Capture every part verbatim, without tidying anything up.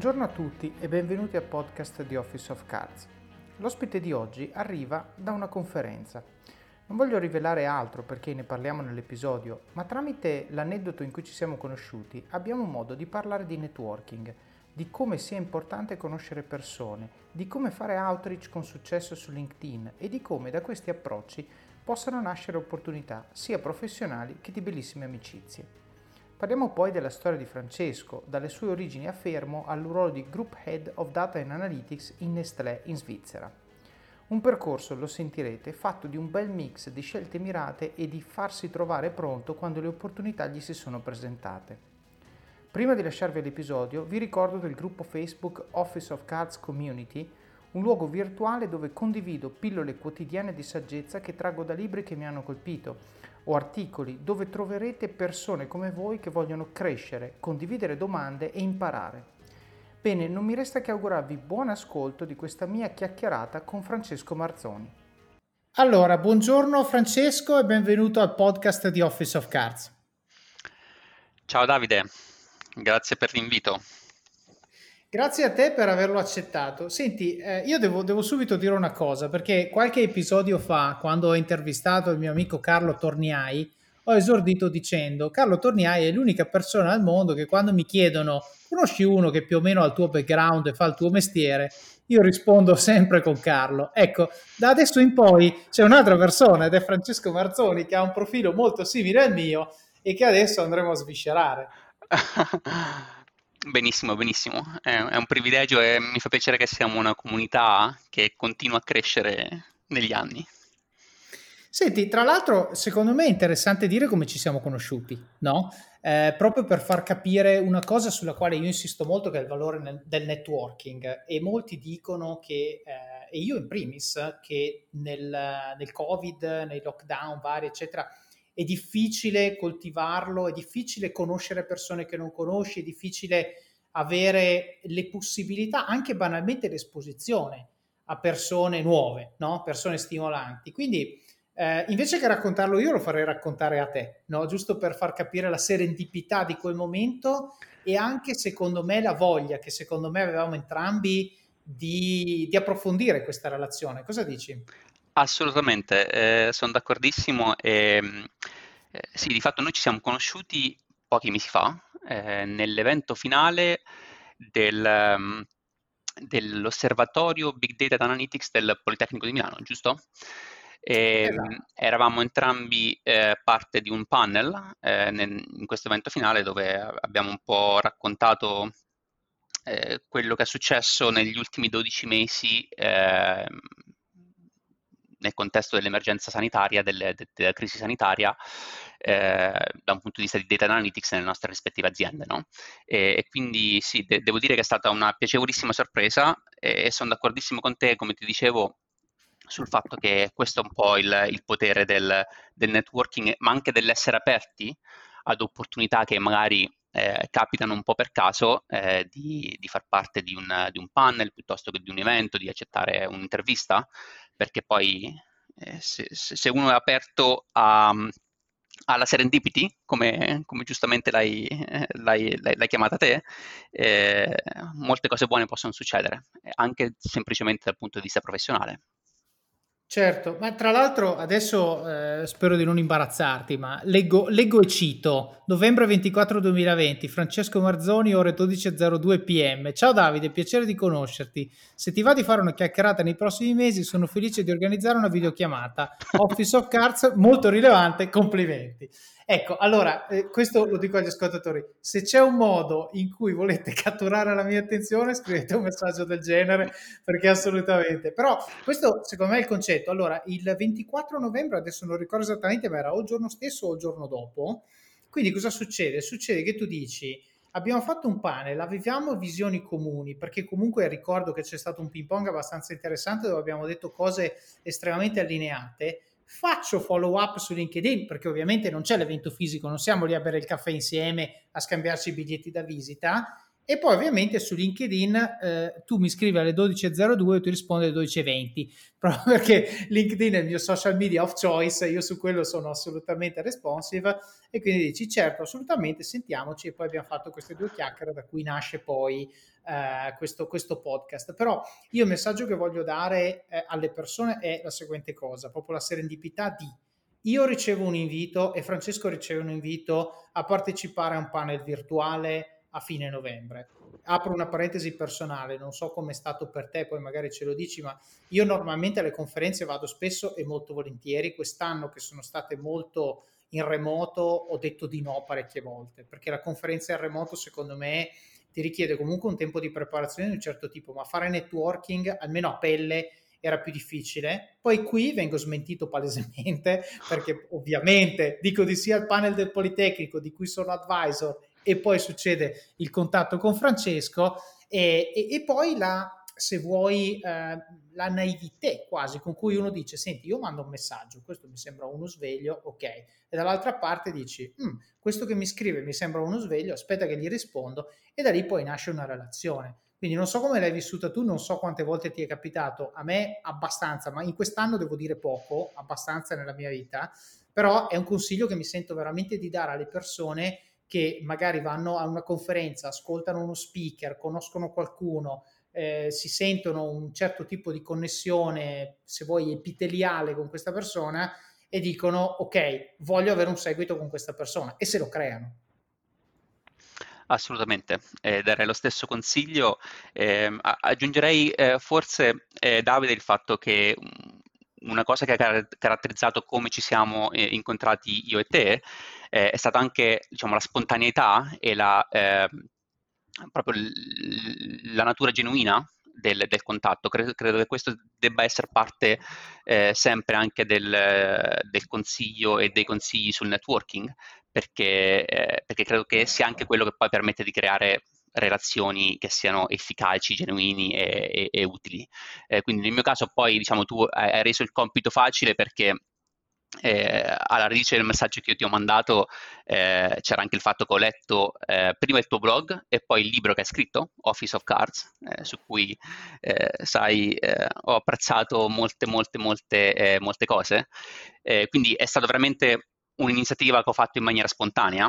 Buongiorno a tutti e benvenuti al podcast di Office of Cards. L'ospite di oggi arriva da una conferenza. Non voglio rivelare altro perché ne parliamo nell'episodio, ma tramite l'aneddoto in cui ci siamo conosciuti abbiamo modo di parlare di networking, di come sia importante conoscere persone, di come fare outreach con successo su LinkedIn e di come da questi approcci possano nascere opportunità sia professionali che di bellissime amicizie. Parliamo poi della storia di Francesco, dalle sue origini a Fermo al ruolo di Group Head of Data and Analytics in Nestlé in Svizzera. Un percorso, lo sentirete, fatto di un bel mix di scelte mirate e di farsi trovare pronto quando le opportunità gli si sono presentate. Prima di lasciarvi l'episodio, vi ricordo del gruppo Facebook Office of Cards Community, un luogo virtuale dove condivido pillole quotidiane di saggezza che traggo da libri che mi hanno colpito, o articoli dove troverete persone come voi che vogliono crescere, condividere domande e imparare. Bene, non mi resta che augurarvi buon ascolto di questa mia chiacchierata con Francesco Marzoni. Allora, buongiorno Francesco e benvenuto al podcast di Office of Cards. Ciao Davide, grazie per l'invito. Grazie a te per averlo accettato. Senti, eh, io devo, devo subito dire una cosa, perché qualche episodio fa, quando ho intervistato il mio amico Carlo Torniai, ho esordito dicendo: Carlo Torniai è l'unica persona al mondo che quando mi chiedono conosci uno che più o meno ha il tuo background e fa il tuo mestiere, io rispondo sempre con Carlo. Ecco, da adesso in poi c'è un'altra persona ed è Francesco Marzoni che ha un profilo molto simile al mio e che adesso andremo a sviscerare. Benissimo, benissimo. È, è un privilegio e mi fa piacere che siamo una comunità che continua a crescere negli anni. Senti, tra l'altro, secondo me è interessante dire come ci siamo conosciuti, no? Eh, proprio per far capire una cosa sulla quale io insisto molto, che è il valore nel- del networking. E molti dicono che, eh, e io in primis, che nel, nel Covid, nei lockdown vari, eccetera, è difficile coltivarlo, è difficile conoscere persone che non conosci, è difficile avere le possibilità, anche banalmente l'esposizione a persone nuove, no? Persone stimolanti. Quindi eh, invece che raccontarlo io, lo farei raccontare a te, no? Giusto per far capire la serendipità di quel momento e anche, secondo me, la voglia che secondo me avevamo entrambi di, di approfondire questa relazione. Cosa dici? Assolutamente, eh, sono d'accordissimo. E, mh, eh, sì, di fatto noi ci siamo conosciuti pochi mesi fa, eh, nell'evento finale del, mh, dell'osservatorio Big Data and Analytics del Politecnico di Milano, giusto? E, mh, Esatto. eravamo entrambi eh, parte di un panel eh, nel- in questo evento finale dove abbiamo un po' raccontato eh, quello che è successo negli ultimi dodici mesi eh, nel contesto dell'emergenza sanitaria, delle, de- della crisi sanitaria, eh, da un punto di vista di data analytics nelle nostre rispettive aziende, no? E, e quindi sì, de- devo dire che è stata una piacevolissima sorpresa e, e sono d'accordissimo con te, come ti dicevo, sul fatto che questo è un po' il, il potere del, del networking, ma anche dell'essere aperti ad opportunità che magari eh, capitano un po' per caso, eh, di, di far parte di un, di un panel piuttosto che di un evento, di accettare un'intervista, perché poi eh, se, se uno è aperto a, alla serendipity, come, come giustamente l'hai, eh, l'hai, l'hai, l'hai chiamata te, eh, molte cose buone possono succedere, anche semplicemente dal punto di vista professionale. Certo, ma tra l'altro adesso eh, spero di non imbarazzarti, ma leggo, leggo e cito, novembre ventiquattro duemilaventi, Francesco Marzoni, ore dodici e zero due p m. Ciao Davide, piacere di conoscerti. Se ti va di fare una chiacchierata nei prossimi mesi, sono felice di organizzare una videochiamata. Office of Cards, molto rilevante, complimenti. Ecco, allora, eh, questo lo dico agli ascoltatori, se c'è un modo in cui volete catturare la mia attenzione, scrivete un messaggio del genere, perché assolutamente. Però questo secondo me è il concetto. Allora, il ventiquattro novembre, adesso non ricordo esattamente, ma era o il giorno stesso o il giorno dopo. Quindi cosa succede? Succede che tu dici, abbiamo fatto un panel, avevamo visioni comuni, perché comunque ricordo che c'è stato un ping pong abbastanza interessante dove abbiamo detto cose estremamente allineate. Faccio follow up su LinkedIn perché ovviamente non c'è l'evento fisico, non siamo lì a bere il caffè insieme a scambiarci i biglietti da visita E poi ovviamente su LinkedIn eh, tu mi scrivi alle dodici e zero due e ti rispondo alle dodici e venti, proprio perché LinkedIn è il mio social media of choice, io su quello sono assolutamente responsive e quindi dici certo, assolutamente, sentiamoci, e poi abbiamo fatto queste due chiacchiere da cui nasce poi eh, questo, questo podcast. Però io il messaggio che voglio dare eh, alle persone è la seguente cosa, proprio la serendipità di io ricevo un invito e Francesco riceve un invito a partecipare a un panel virtuale a fine novembre. Apro una parentesi personale, non so com'è stato per te, poi magari ce lo dici, ma io normalmente alle conferenze vado spesso e molto volentieri. Quest'anno che sono state molto in remoto ho detto di no parecchie volte, perché la conferenza in remoto secondo me ti richiede comunque un tempo di preparazione di un certo tipo, ma fare networking almeno a pelle era più difficile. Poi qui vengo smentito palesemente perché ovviamente dico di sì al panel del Politecnico di cui sono advisor e poi succede il contatto con Francesco e, e, e poi la, se vuoi, eh, la naivete quasi con cui uno dice senti io mando un messaggio, questo mi sembra uno sveglio, ok, e dall'altra parte dici mm, questo che mi scrive mi sembra uno sveglio, aspetta che gli rispondo e da lì poi nasce una relazione. Quindi non so come l'hai vissuta tu, non so quante volte ti è capitato, a me abbastanza, ma in quest'anno devo dire poco, abbastanza nella mia vita, però è un consiglio che mi sento veramente di dare alle persone che magari vanno a una conferenza, ascoltano uno speaker, conoscono qualcuno, eh, si sentono un certo tipo di connessione, se vuoi, epiteliale con questa persona e dicono ok, voglio avere un seguito con questa persona e se lo creano. Assolutamente, eh, darei lo stesso consiglio. Ehm, a- aggiungerei eh, forse, eh, Davide, il fatto che mm, una cosa che ha car- caratterizzato come ci siamo eh, incontrati io e te eh, è stata anche, diciamo, la spontaneità e la, eh, proprio l- la natura genuina del, del contatto. Credo, credo che questo debba essere parte eh, sempre anche del, del consiglio e dei consigli sul networking, perché, eh, perché credo che sia anche quello che poi permette di creare relazioni che siano efficaci, genuini e, e- e utili. Eh, quindi nel mio caso poi diciamo tu hai, hai reso il compito facile perché eh, alla radice del messaggio che io ti ho mandato eh, c'era anche il fatto che ho letto eh, prima il tuo blog e poi il libro che hai scritto, Office of Cards, eh, su cui eh, sai, eh, ho apprezzato molte, molte, molte, eh, molte cose. Eh, quindi è stata veramente un'iniziativa che ho fatto in maniera spontanea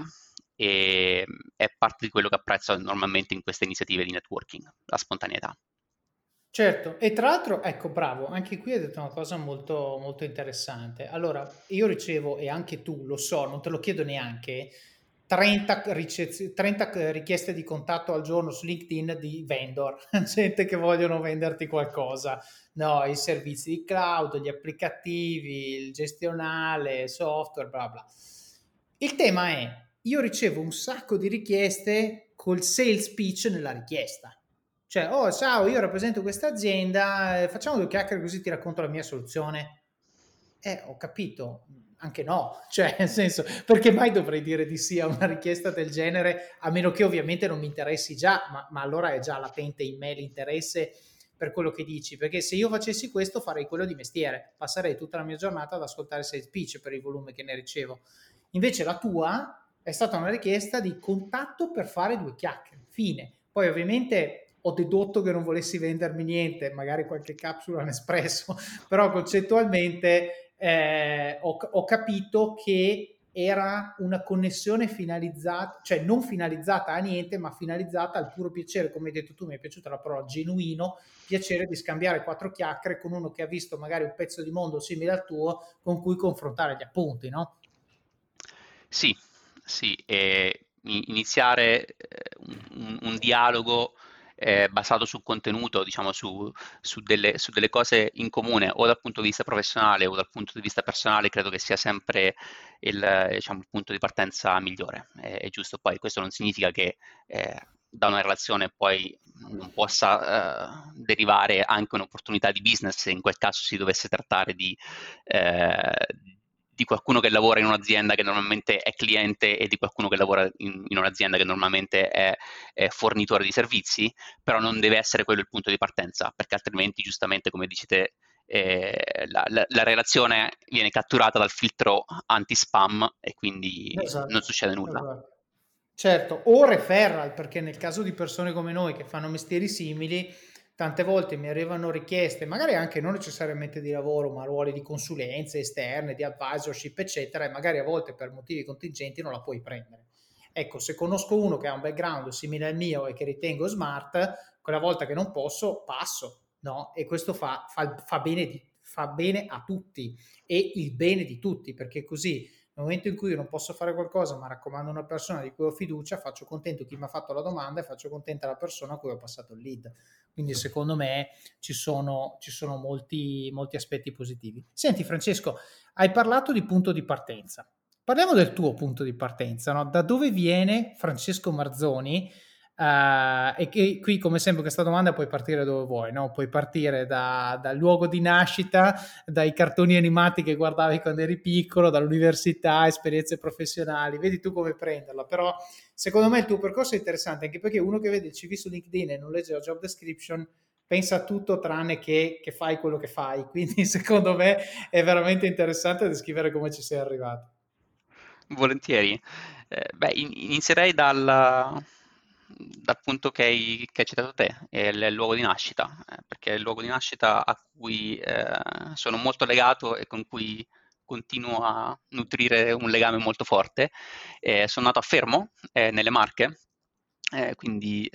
e è parte di quello che apprezzo normalmente in queste iniziative di networking, la spontaneità. Certo, e tra l'altro, ecco, bravo, anche qui hai detto una cosa molto, molto interessante. Allora, io ricevo, e anche tu lo so, non te lo chiedo neanche, trenta, ricez- trenta richieste di contatto al giorno su LinkedIn di vendor, gente che vogliono venderti qualcosa, no, i servizi di cloud, gli applicativi, il gestionale, software, bla bla. Il tema è, io ricevo un sacco di richieste col sales pitch nella richiesta. Cioè, oh, ciao, io rappresento questa azienda, eh, facciamo due chiacchiere così ti racconto la mia soluzione. Eh, ho capito, anche no, cioè, nel senso, perché mai dovrei dire di sì a una richiesta del genere, a meno che ovviamente non mi interessi già, ma, ma allora è già latente in me l'interesse per quello che dici, perché se io facessi questo farei quello di mestiere, passerei tutta la mia giornata ad ascoltare sales pitch per il volume che ne ricevo. Invece la tua è stata una richiesta di contatto per fare due chiacchiere, fine. Poi ovviamente ho dedotto che non volessi vendermi niente, magari qualche capsula Nespresso, però concettualmente eh, ho, ho capito che era una connessione finalizzata, cioè non finalizzata a niente, ma finalizzata al puro piacere, come hai detto tu, mi è piaciuta la parola genuino, piacere di scambiare quattro chiacchiere con uno che ha visto magari un pezzo di mondo simile al tuo con cui confrontare gli appunti, no? Sì, sì, e i- iniziare eh, un, un dialogo eh, basato sul contenuto, diciamo su, su delle, su delle cose in comune, o dal punto di vista professionale o dal punto di vista personale, credo che sia sempre il, eh, diciamo, il punto di partenza migliore. È, è giusto, poi questo non significa che eh, da una relazione poi non possa eh, derivare anche un'opportunità di business se in quel caso si dovesse trattare di, eh, di qualcuno che lavora in un'azienda che normalmente è cliente e di qualcuno che lavora in, in un'azienda che normalmente è, è fornitore di servizi, però non deve essere quello il punto di partenza, perché altrimenti, giustamente, come dici te, eh, la, la, la relazione viene catturata dal filtro anti-spam e quindi non Esatto, succede nulla. esatto. Certo, o referral, perché nel caso di persone come noi che fanno mestieri simili, tante volte mi arrivano richieste, magari anche non necessariamente di lavoro, ma ruoli di consulenze esterne, di advisorship, eccetera, e magari a volte per motivi contingenti non la puoi prendere. Ecco, se conosco uno che ha un background simile al mio e che ritengo smart, quella volta che non posso, passo, no? E questo fa, fa, fa bene di- fa bene a tutti e il bene di tutti, perché così nel momento in cui io non posso fare qualcosa, ma raccomando una persona di cui ho fiducia, faccio contento chi mi ha fatto la domanda e faccio contenta la persona a cui ho passato il lead. Quindi secondo me ci sono, ci sono molti, molti aspetti positivi. Senti Francesco, hai parlato di punto di partenza. Parliamo del tuo punto di partenza, no? Da dove viene Francesco Marzoni? Uh, e che qui, come sempre, questa domanda puoi partire dove vuoi, no? Puoi partire da, dal luogo di nascita, dai cartoni animati che guardavi quando eri piccolo, dall'università, esperienze professionali, vedi tu come prenderla. Però secondo me il tuo percorso è interessante, anche perché uno che vede il C V su LinkedIn e non legge la job description pensa a tutto tranne che, che fai quello che fai. Quindi secondo me è veramente interessante descrivere come ci sei arrivato. Volentieri. Eh, beh, in- inizierei dal, dal punto che hai, che hai citato te, è il luogo di nascita, eh, perché è il luogo di nascita a cui eh, sono molto legato e con cui continuo a nutrire un legame molto forte. Eh, sono nato a Fermo, eh, nelle Marche, eh, quindi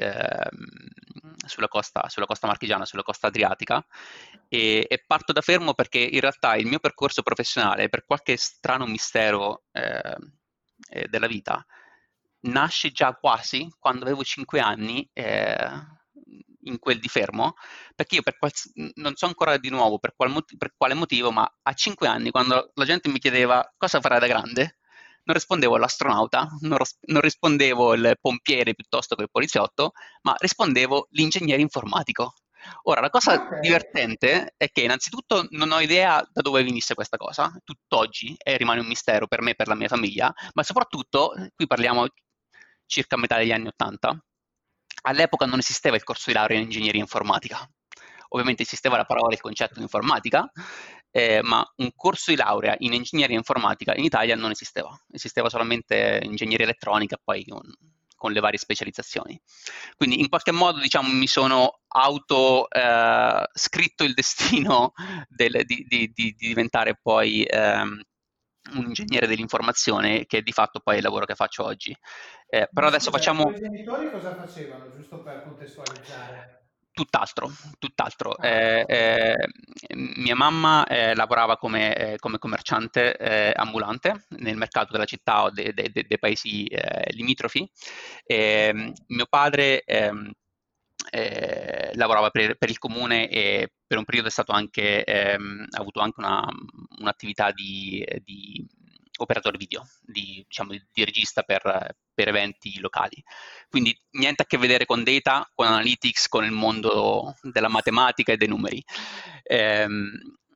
ehm, sulla costa, sulla costa marchigiana, sulla costa adriatica, e, e parto da Fermo perché in realtà il mio percorso professionale, per qualche strano mistero eh, eh, della vita, nasce già quasi quando avevo cinque anni eh, in quel di Fermo, perché io per quals- non so ancora di nuovo per, qual mot- per quale motivo, ma a cinque anni, quando la gente mi chiedeva cosa farai da grande, non rispondevo l'astronauta, non, ros- non rispondevo il pompiere piuttosto che il poliziotto, ma rispondevo l'ingegnere informatico. Ora, la cosa Ok. divertente è che innanzitutto non ho idea da dove venisse questa cosa, tutt'oggi e rimane un mistero per me e per la mia famiglia, ma soprattutto, qui parliamo circa a metà degli anni Ottanta, all'epoca non esisteva il corso di laurea in ingegneria informatica. Ovviamente esisteva la Ah, parola e il concetto di informatica, eh, ma un corso di laurea in ingegneria informatica in Italia non esisteva. Esisteva solamente ingegneria elettronica, poi con, con le varie specializzazioni. Quindi in qualche modo diciamo, mi sono auto eh, scritto il destino del, di, di, di, di, diventare poi ehm, un ingegnere dell'informazione, che è di fatto poi il lavoro che faccio oggi. Eh, però ma adesso scusa, i tuoi facciamo genitori cosa facevano, giusto per contestualizzare? tutt'altro, tutt'altro. Ah, Eh, ok. eh, mia mamma eh, lavorava come, eh, come commerciante eh, ambulante nel mercato della città o de- de- de- dei paesi eh, limitrofi. Ok. E, mio padre ehm, eh, lavorava per, per il comune e per un periodo è stato anche, ehm, ha avuto anche una, un'attività di, di operatore video, di, diciamo, di, di regista per, per eventi locali. Quindi niente a che vedere con data, con analytics, con il mondo della matematica e dei numeri. Ehm,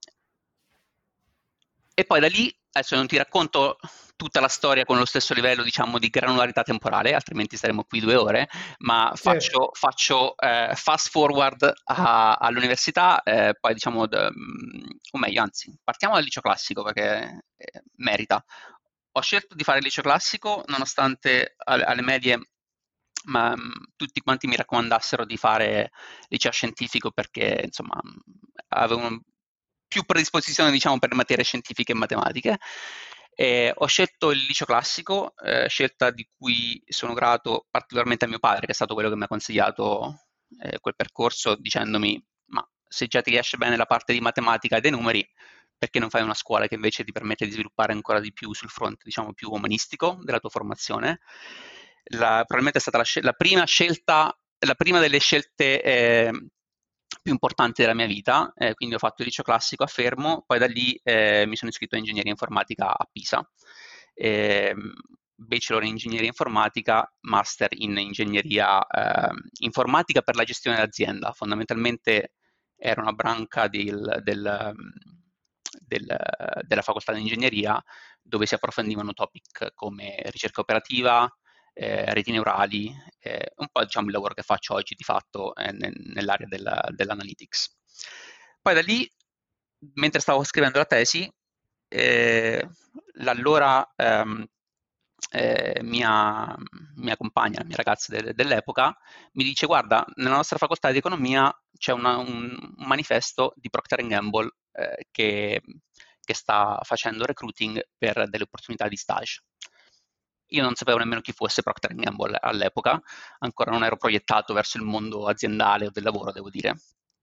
e poi da lì, adesso non ti racconto tutta la storia con lo stesso livello, diciamo, di granularità temporale, altrimenti staremo qui due ore, ma Certo. faccio, faccio eh, fast forward a- all'università, eh, poi diciamo, d- mm, o meglio, anzi, partiamo dal liceo classico perché eh, merita. Ho scelto di fare il liceo classico nonostante alle, alle medie ma, mh, tutti quanti mi raccomandassero di fare liceo scientifico perché insomma mh, avevo più predisposizione diciamo per materie scientifiche e matematiche. E ho scelto il liceo classico, eh, scelta di cui sono grato particolarmente a mio padre, che è stato quello che mi ha consigliato eh, quel percorso dicendomi ma se già ti riesce bene la parte di matematica e dei numeri, perché non fai una scuola che invece ti permette di sviluppare ancora di più sul fronte, diciamo, più umanistico della tua formazione? La, probabilmente è stata la, scel- la prima scelta, la prima delle scelte eh, più importanti della mia vita, eh, quindi ho fatto il liceo classico a Fermo, poi da lì eh, mi sono iscritto a ingegneria informatica a Pisa, eh, bachelor in ingegneria informatica, master in ingegneria eh, informatica per la gestione dell'azienda. Fondamentalmente era una branca del, del, del, della facoltà di ingegneria dove si approfondivano topic come ricerca operativa, eh, reti neurali, eh, un po' diciamo il lavoro che faccio oggi di fatto eh, nel, nell'area della, dell'analytics. Poi da lì, mentre stavo scrivendo la tesi, eh, l'allora ehm, eh, mia, mia compagna, la mia ragazza de- dell'epoca, mi dice: guarda, nella nostra facoltà di economia c'è una- un, un manifesto di Procter and Gamble eh, che, che sta facendo recruiting per delle opportunità di stage. Io non sapevo nemmeno chi fosse Procter and Gamble all'epoca, ancora non ero proiettato verso il mondo aziendale o del lavoro, devo dire.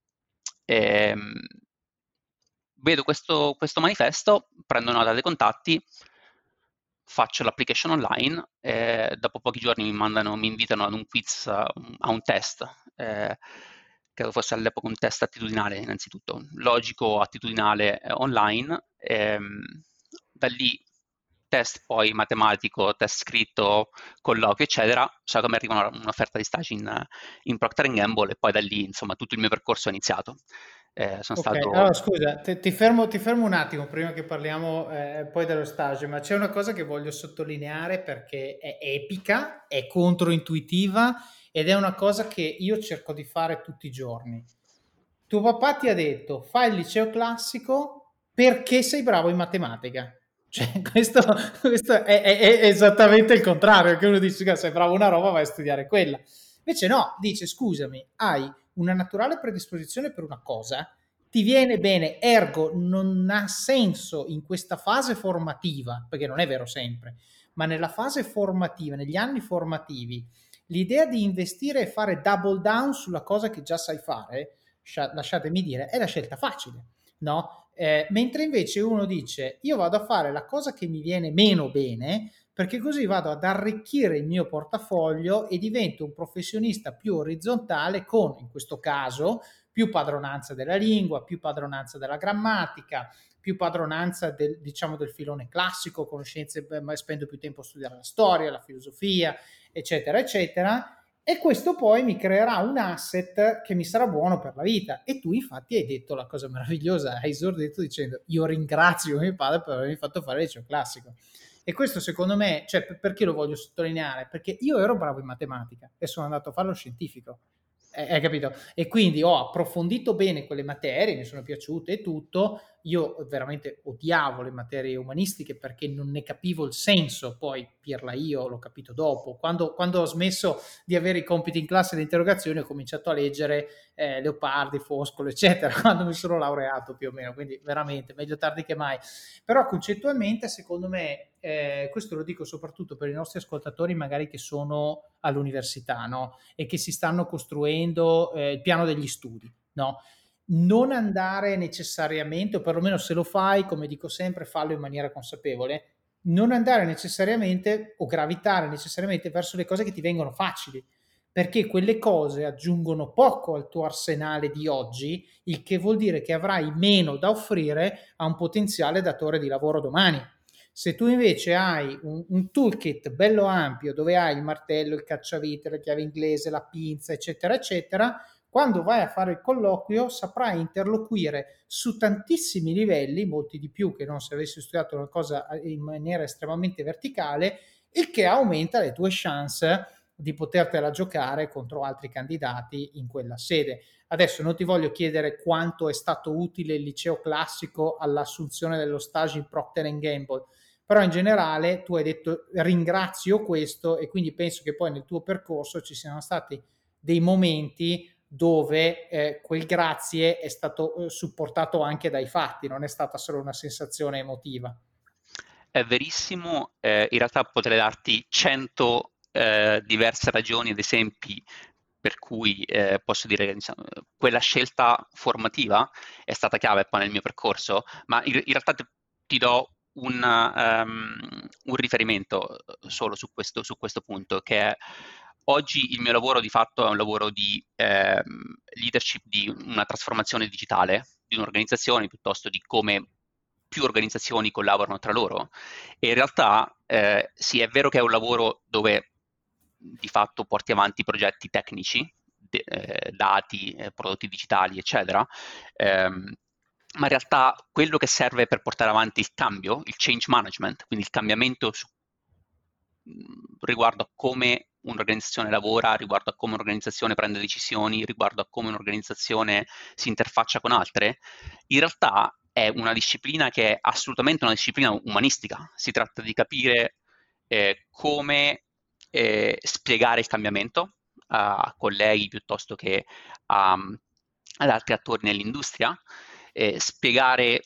Ehm, Vedo questo, questo manifesto, prendo nota dei contatti, faccio l'application online e dopo pochi giorni mi mandano, mi invitano ad un quiz, a un, a un test, eh, credo fosse all'epoca un test attitudinale innanzitutto, logico, attitudinale eh, online, ehm, da lì test poi matematico, test scritto, colloquio, eccetera, so che mi arriva una- un'offerta di stage in, in Procter and Gamble e poi da lì, insomma, tutto il mio percorso è iniziato. Eh, sono Ok, stato... allora scusa, ti, ti fermo, ti fermo un attimo prima che parliamo eh, poi dello stage, ma c'è una cosa che voglio sottolineare perché è epica, è controintuitiva ed è una cosa che io cerco di fare tutti i giorni. Tuo papà ti ha detto fai il liceo classico perché sei bravo in matematica. Cioè, questo, questo è, è- è esattamente il contrario, che uno dice che sei bravo in una roba, vai a studiare quella. Invece no, dice scusami, hai una naturale predisposizione per una cosa, ti viene bene, ergo non ha senso in questa fase formativa, perché non è vero sempre, ma nella fase formativa, negli anni formativi, l'idea di investire e fare double down sulla cosa che già sai fare, lasciatemi dire, è la scelta facile, no? Eh, mentre invece uno dice io vado a fare la cosa che mi viene meno bene perché così vado ad arricchire il mio portafoglio e divento un professionista più orizzontale con, in questo caso, più padronanza della lingua, più padronanza della grammatica, più padronanza del, diciamo, del filone classico, conoscenze, ma spendo più tempo a studiare la storia, la filosofia, eccetera, eccetera. E questo poi mi creerà un asset che mi sarà buono per la vita. E tu infatti hai detto la cosa meravigliosa, hai esordito dicendo io ringrazio mio padre per avermi fatto fare il liceo classico. E questo secondo me, cioè perché lo voglio sottolineare? Perché io ero bravo in matematica e sono andato a fare lo scientifico. Hai capito? E quindi ho approfondito bene quelle materie, mi sono piaciute e tutto. Io veramente odiavo le materie umanistiche perché non ne capivo il senso, poi pirla io l'ho capito dopo. Quando, quando ho smesso di avere i compiti in classe e le interrogazioni ho cominciato a leggere eh, Leopardi, Foscolo, eccetera, quando mi sono laureato più o meno, quindi veramente meglio tardi che mai. Però concettualmente, secondo me, eh, questo lo dico soprattutto per i nostri ascoltatori magari che sono all'università, no? E che si stanno costruendo eh, il piano degli studi, no? Non andare necessariamente, o perlomeno se lo fai, come dico sempre, fallo in maniera consapevole, non andare necessariamente o gravitare necessariamente verso le cose che ti vengono facili, perché quelle cose aggiungono poco al tuo arsenale di oggi, il che vuol dire che avrai meno da offrire a un potenziale datore di lavoro domani. Se tu invece hai un, un toolkit bello ampio dove hai il martello, il cacciavite, la chiave inglese, la pinza, eccetera, eccetera, quando vai a fare il colloquio saprai interloquire su tantissimi livelli, molti di più che non se avessi studiato una cosa in maniera estremamente verticale, il che aumenta le tue chance di potertela giocare contro altri candidati in quella sede. Adesso non ti voglio chiedere quanto è stato utile il liceo classico all'assunzione dello stage in Procter and Gamble, però in generale tu hai detto ringrazio questo e quindi penso che poi nel tuo percorso ci siano stati dei momenti dove eh, quel grazie è stato eh, supportato anche dai fatti, non è stata solo una sensazione emotiva. È verissimo, eh, in realtà potrei darti cento eh, diverse ragioni ed esempi per cui eh, posso dire che diciamo, quella scelta formativa è stata chiave poi nel mio percorso, ma in, in realtà te, ti do un, um, un riferimento solo su questo, su questo punto, che è oggi il mio lavoro di fatto è un lavoro di eh, leadership di una trasformazione digitale di un'organizzazione piuttosto di come più organizzazioni collaborano tra loro. E in realtà eh, sì, è vero che è un lavoro dove di fatto porti avanti progetti tecnici, de- eh, dati, eh, prodotti digitali, eccetera, ehm, ma in realtà quello che serve per portare avanti il cambio, il change management, quindi il cambiamento su, riguardo a come un'organizzazione lavora, riguardo a come un'organizzazione prende decisioni, riguardo a come un'organizzazione si interfaccia con altre, in realtà è una disciplina che è assolutamente una disciplina umanistica. Si tratta di capire eh, come eh, spiegare il cambiamento a colleghi piuttosto che a, ad altri attori nell'industria, eh, spiegare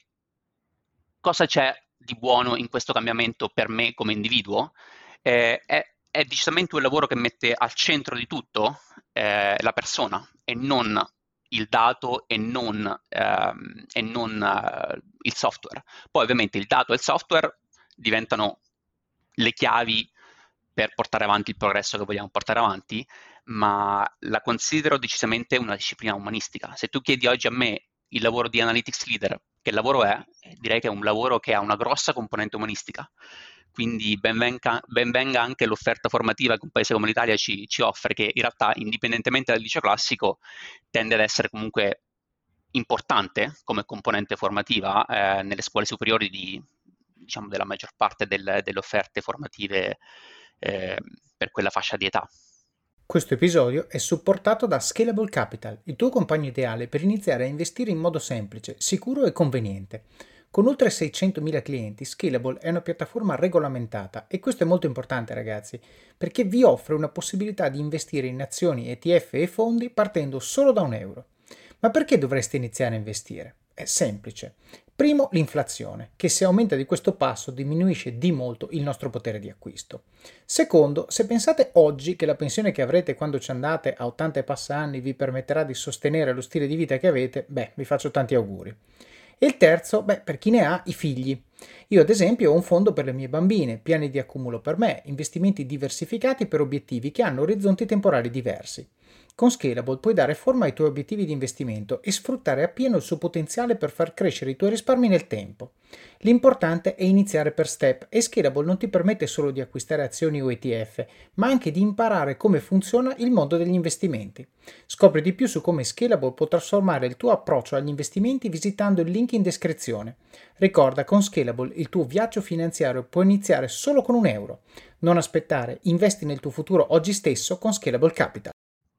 cosa c'è di buono in questo cambiamento per me come individuo. Eh, è, è decisamente un lavoro che mette al centro di tutto eh, la persona e non il dato e non, ehm, e non eh, il software. Poi ovviamente il dato e il software diventano le chiavi per portare avanti il progresso che vogliamo portare avanti, ma la considero decisamente una disciplina umanistica. Se tu chiedi oggi a me il lavoro di analytics leader, che lavoro è? Direi che è un lavoro che ha una grossa componente umanistica. Quindi ben venga, ben venga anche l'offerta formativa che un paese come l'Italia ci, ci offre, che in realtà, indipendentemente dal liceo classico, tende ad essere comunque importante come componente formativa eh, nelle scuole superiori di, diciamo, della maggior parte del, delle offerte formative eh, per quella fascia di età. Questo episodio è supportato da Scalable Capital, il tuo compagno ideale per iniziare a investire in modo semplice, sicuro e conveniente. Con oltre seicentomila clienti, Scalable è una piattaforma regolamentata e questo è molto importante, ragazzi, perché vi offre una possibilità di investire in azioni, E T F e fondi partendo solo da un euro. Ma perché dovreste iniziare a investire? È semplice. Primo, l'inflazione, che se aumenta di questo passo diminuisce di molto il nostro potere di acquisto. Secondo, se pensate oggi che la pensione che avrete quando ci andate a ottanta e passa anni vi permetterà di sostenere lo stile di vita che avete, beh, vi faccio tanti auguri. E il terzo, beh, per chi ne ha, i figli. Io ad esempio ho un fondo per le mie bambine, piani di accumulo per me, investimenti diversificati per obiettivi che hanno orizzonti temporali diversi. Con Scalable puoi dare forma ai tuoi obiettivi di investimento e sfruttare appieno il suo potenziale per far crescere i tuoi risparmi nel tempo. L'importante è iniziare per step e Scalable non ti permette solo di acquistare azioni o E T F, ma anche di imparare come funziona il mondo degli investimenti. Scopri di più su come Scalable può trasformare il tuo approccio agli investimenti visitando il link in descrizione. Ricorda, con Scalable il tuo viaggio finanziario può iniziare solo con un euro. Non aspettare, investi nel tuo futuro oggi stesso con Scalable Capital.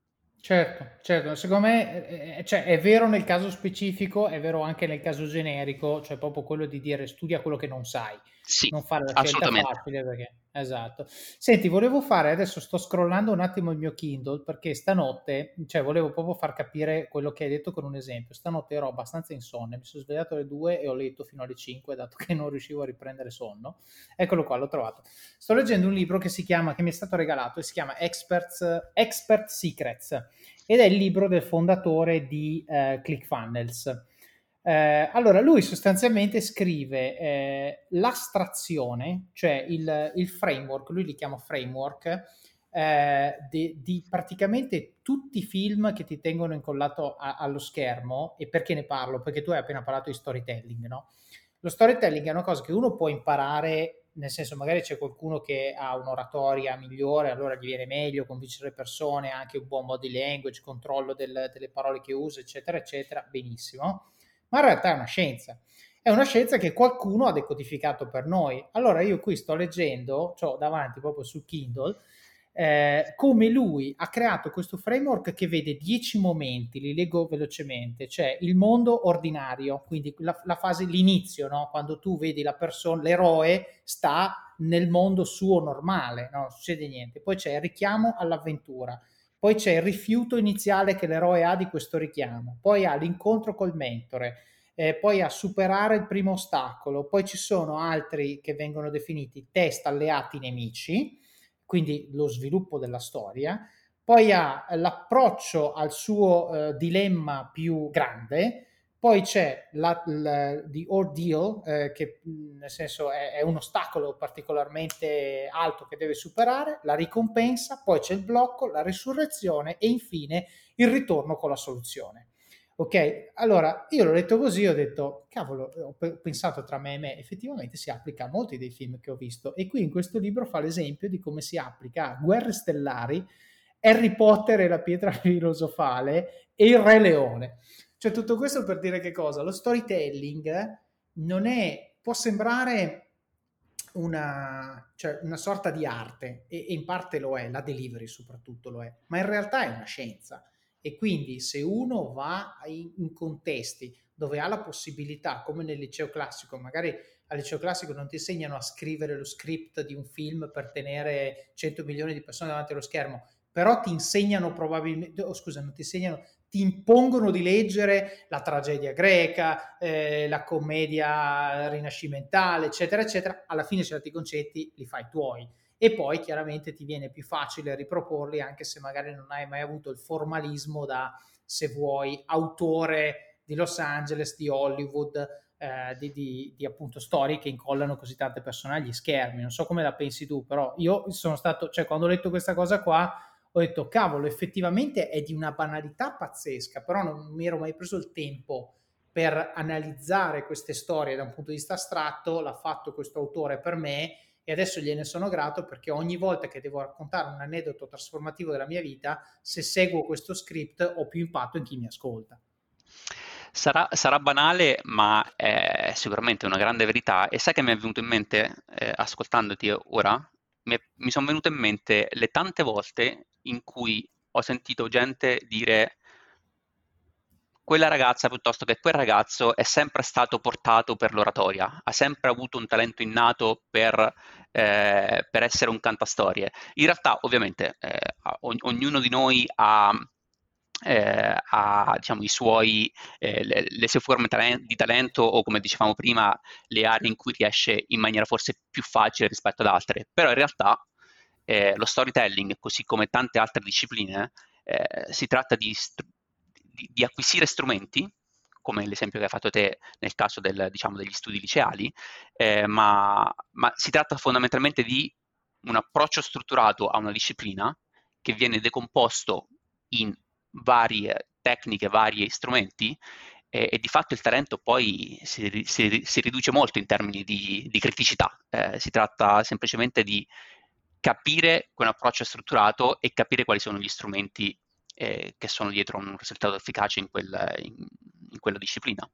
Certo, certo, secondo me eh, eh, cioè, è vero nel caso specifico, è vero anche nel caso generico, cioè proprio quello di dire studia quello che non sai, Sì, non fare la scelta assolutamente. facile perché, esatto. Senti, volevo fare, adesso sto scrollando un attimo il mio Kindle perché stanotte, cioè volevo proprio far capire quello che hai detto con un esempio, stanotte ero abbastanza insonne, mi sono svegliato alle due e ho letto fino alle cinque dato che non riuscivo a riprendere sonno, eccolo qua, l'ho trovato. Sto leggendo un libro che si chiama, che mi è stato regalato e si chiama Experts, Expert Secrets ed è il libro del fondatore di eh, ClickFunnels. Eh, allora, lui sostanzialmente scrive eh, l'astrazione, cioè il, il framework, lui li chiama framework, eh, di, di praticamente tutti i film che ti tengono incollato a, allo schermo. E perché ne parlo? Perché tu hai appena parlato di storytelling, no? Lo storytelling è una cosa che uno può imparare, nel senso magari c'è qualcuno che ha un'oratoria migliore, allora gli viene meglio convincere le persone, anche un buon body language, controllo del, delle parole che usa, eccetera, eccetera, benissimo. Ma in realtà è una scienza. È una scienza che qualcuno ha decodificato per noi. Allora io qui sto leggendo, ho davanti proprio su Kindle, eh, come lui ha creato questo framework che vede dieci momenti, li leggo velocemente, cioè il mondo ordinario, quindi la, la fase, l'inizio, no? Quando tu vedi la persona, l'eroe sta nel mondo suo normale, no? Non succede niente, poi c'è il richiamo all'avventura, poi c'è il rifiuto iniziale che l'eroe ha di questo richiamo, poi ha l'incontro col mentore, eh, poi a superare il primo ostacolo, poi ci sono altri che vengono definiti test alleati nemici, quindi lo sviluppo della storia, poi ha l'approccio al suo eh, dilemma più grande, poi c'è la, la, the ordeal, eh, che nel senso è, è un ostacolo particolarmente alto che deve superare, la ricompensa, poi c'è il blocco, la risurrezione e infine il ritorno con la soluzione. Ok, allora io l'ho letto così, ho detto, cavolo, ho pensato tra me e me, effettivamente si applica a molti dei film che ho visto e qui in questo libro fa l'esempio di come si applica a Guerre Stellari, Harry Potter e la pietra filosofale e il Re Leone. Cioè tutto questo per dire che cosa? Lo storytelling non è, può sembrare una, cioè una sorta di arte e, e in parte lo è, la delivery soprattutto lo è, ma in realtà è una scienza. E quindi se uno va in, in contesti dove ha la possibilità, come nel liceo classico, magari al liceo classico non ti insegnano a scrivere lo script di un film per tenere cento milioni di persone davanti allo schermo, però ti insegnano probabilmente, oh, scusa, non ti insegnano, ti impongono di leggere la tragedia greca, eh, la commedia rinascimentale, eccetera, eccetera. Alla fine certi concetti li fai tuoi e poi chiaramente ti viene più facile riproporli anche se magari non hai mai avuto il formalismo da, se vuoi, autore di Los Angeles, di Hollywood, eh, di, di, di appunto storie che incollano così tante persone agli schermi. Non so come la pensi tu, però io sono stato, cioè quando ho letto questa cosa qua ho detto cavolo, effettivamente è di una banalità pazzesca, però non mi ero mai preso il tempo per analizzare queste storie da un punto di vista astratto. L'ha fatto questo autore per me e adesso gliene sono grato, perché ogni volta che devo raccontare un aneddoto trasformativo della mia vita, se seguo questo script ho più impatto in chi mi ascolta. Sarà, sarà banale, ma è sicuramente una grande verità. E sai che mi è venuto in mente, eh, ascoltandoti ora? Mi, è- mi sono venute in mente le tante volte in cui ho sentito gente dire quella ragazza piuttosto che quel ragazzo è sempre stato portato per l'oratoria, ha sempre avuto un talento innato per, eh, per essere un cantastorie. In realtà, ovviamente, eh, ogn- ognuno di noi ha, eh, ha, diciamo, i suoi, eh, le, le sue forme talen- di talento o, come dicevamo prima, le aree in cui riesce in maniera forse più facile rispetto ad altre. Però in realtà eh, lo storytelling, così come tante altre discipline, eh, si tratta di, str- di, di acquisire strumenti, come l'esempio che hai fatto te nel caso del, diciamo, degli studi liceali, eh, ma, ma si tratta fondamentalmente di un approccio strutturato a una disciplina che viene decomposto in varie tecniche, vari strumenti, e, e di fatto il talento poi si, si, si riduce molto in termini di, di criticità. Eh, si tratta semplicemente di capire un approccio strutturato e capire quali sono gli strumenti eh, che sono dietro un risultato efficace in, quel, in, in quella disciplina.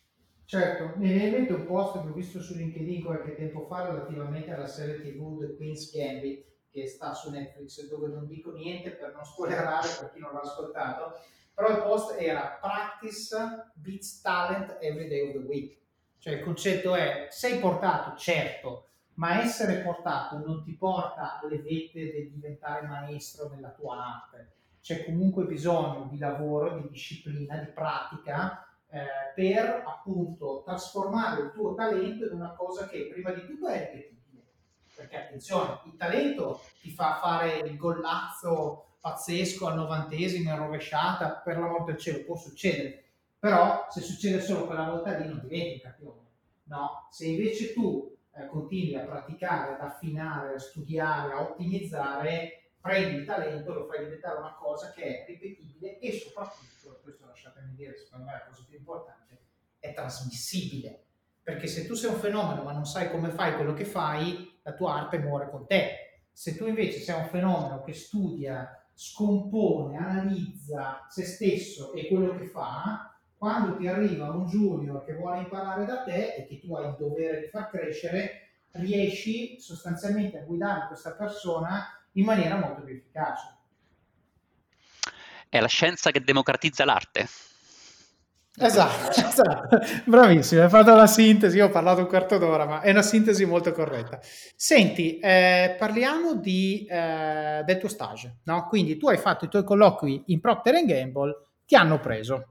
Certo, mi viene in mente un post che ho visto su LinkedIn qualche tempo fa relativamente alla serie T V The Queen's Gambit, che sta su Netflix, dove non dico niente per non spoilerare per chi non l'ha ascoltato, però il post era Practice beats talent every day of the week. Cioè il concetto è, sei portato, certo, ma essere portato non ti porta alle vette di diventare maestro nella tua arte. C'è comunque bisogno di lavoro, di disciplina, di pratica, eh, per appunto trasformare il tuo talento in una cosa che prima di tutto è ripetibile. Perché attenzione, il talento ti fa fare il gollazzo pazzesco al novantesimo in rovesciata, per l'amor del cielo, può succedere. Però se succede solo quella volta lì non diventi un campione. No, se invece tu eh, continui a praticare, ad affinare, a studiare, a ottimizzare, prendi il talento, lo fai diventare una cosa che è ripetibile e soprattutto, questo lasciatemi dire, secondo me è la cosa più importante, è trasmissibile. Perché se tu sei un fenomeno ma non sai come fai quello che fai, la tua arte muore con te. Se tu invece sei un fenomeno che studia, scompone, analizza se stesso e quello che fa, quando ti arriva un junior che vuole imparare da te e che tu hai il dovere di far crescere, riesci sostanzialmente a guidare questa persona in maniera molto più efficace. È la scienza che democratizza l'arte. Esatto, esatto, bravissimo, hai fatto la sintesi, io ho parlato un quarto d'ora, ma è una sintesi molto corretta. Senti, eh, parliamo di, eh, del tuo stage, no? Quindi tu hai fatto i tuoi colloqui in Procter and Gamble, ti hanno preso.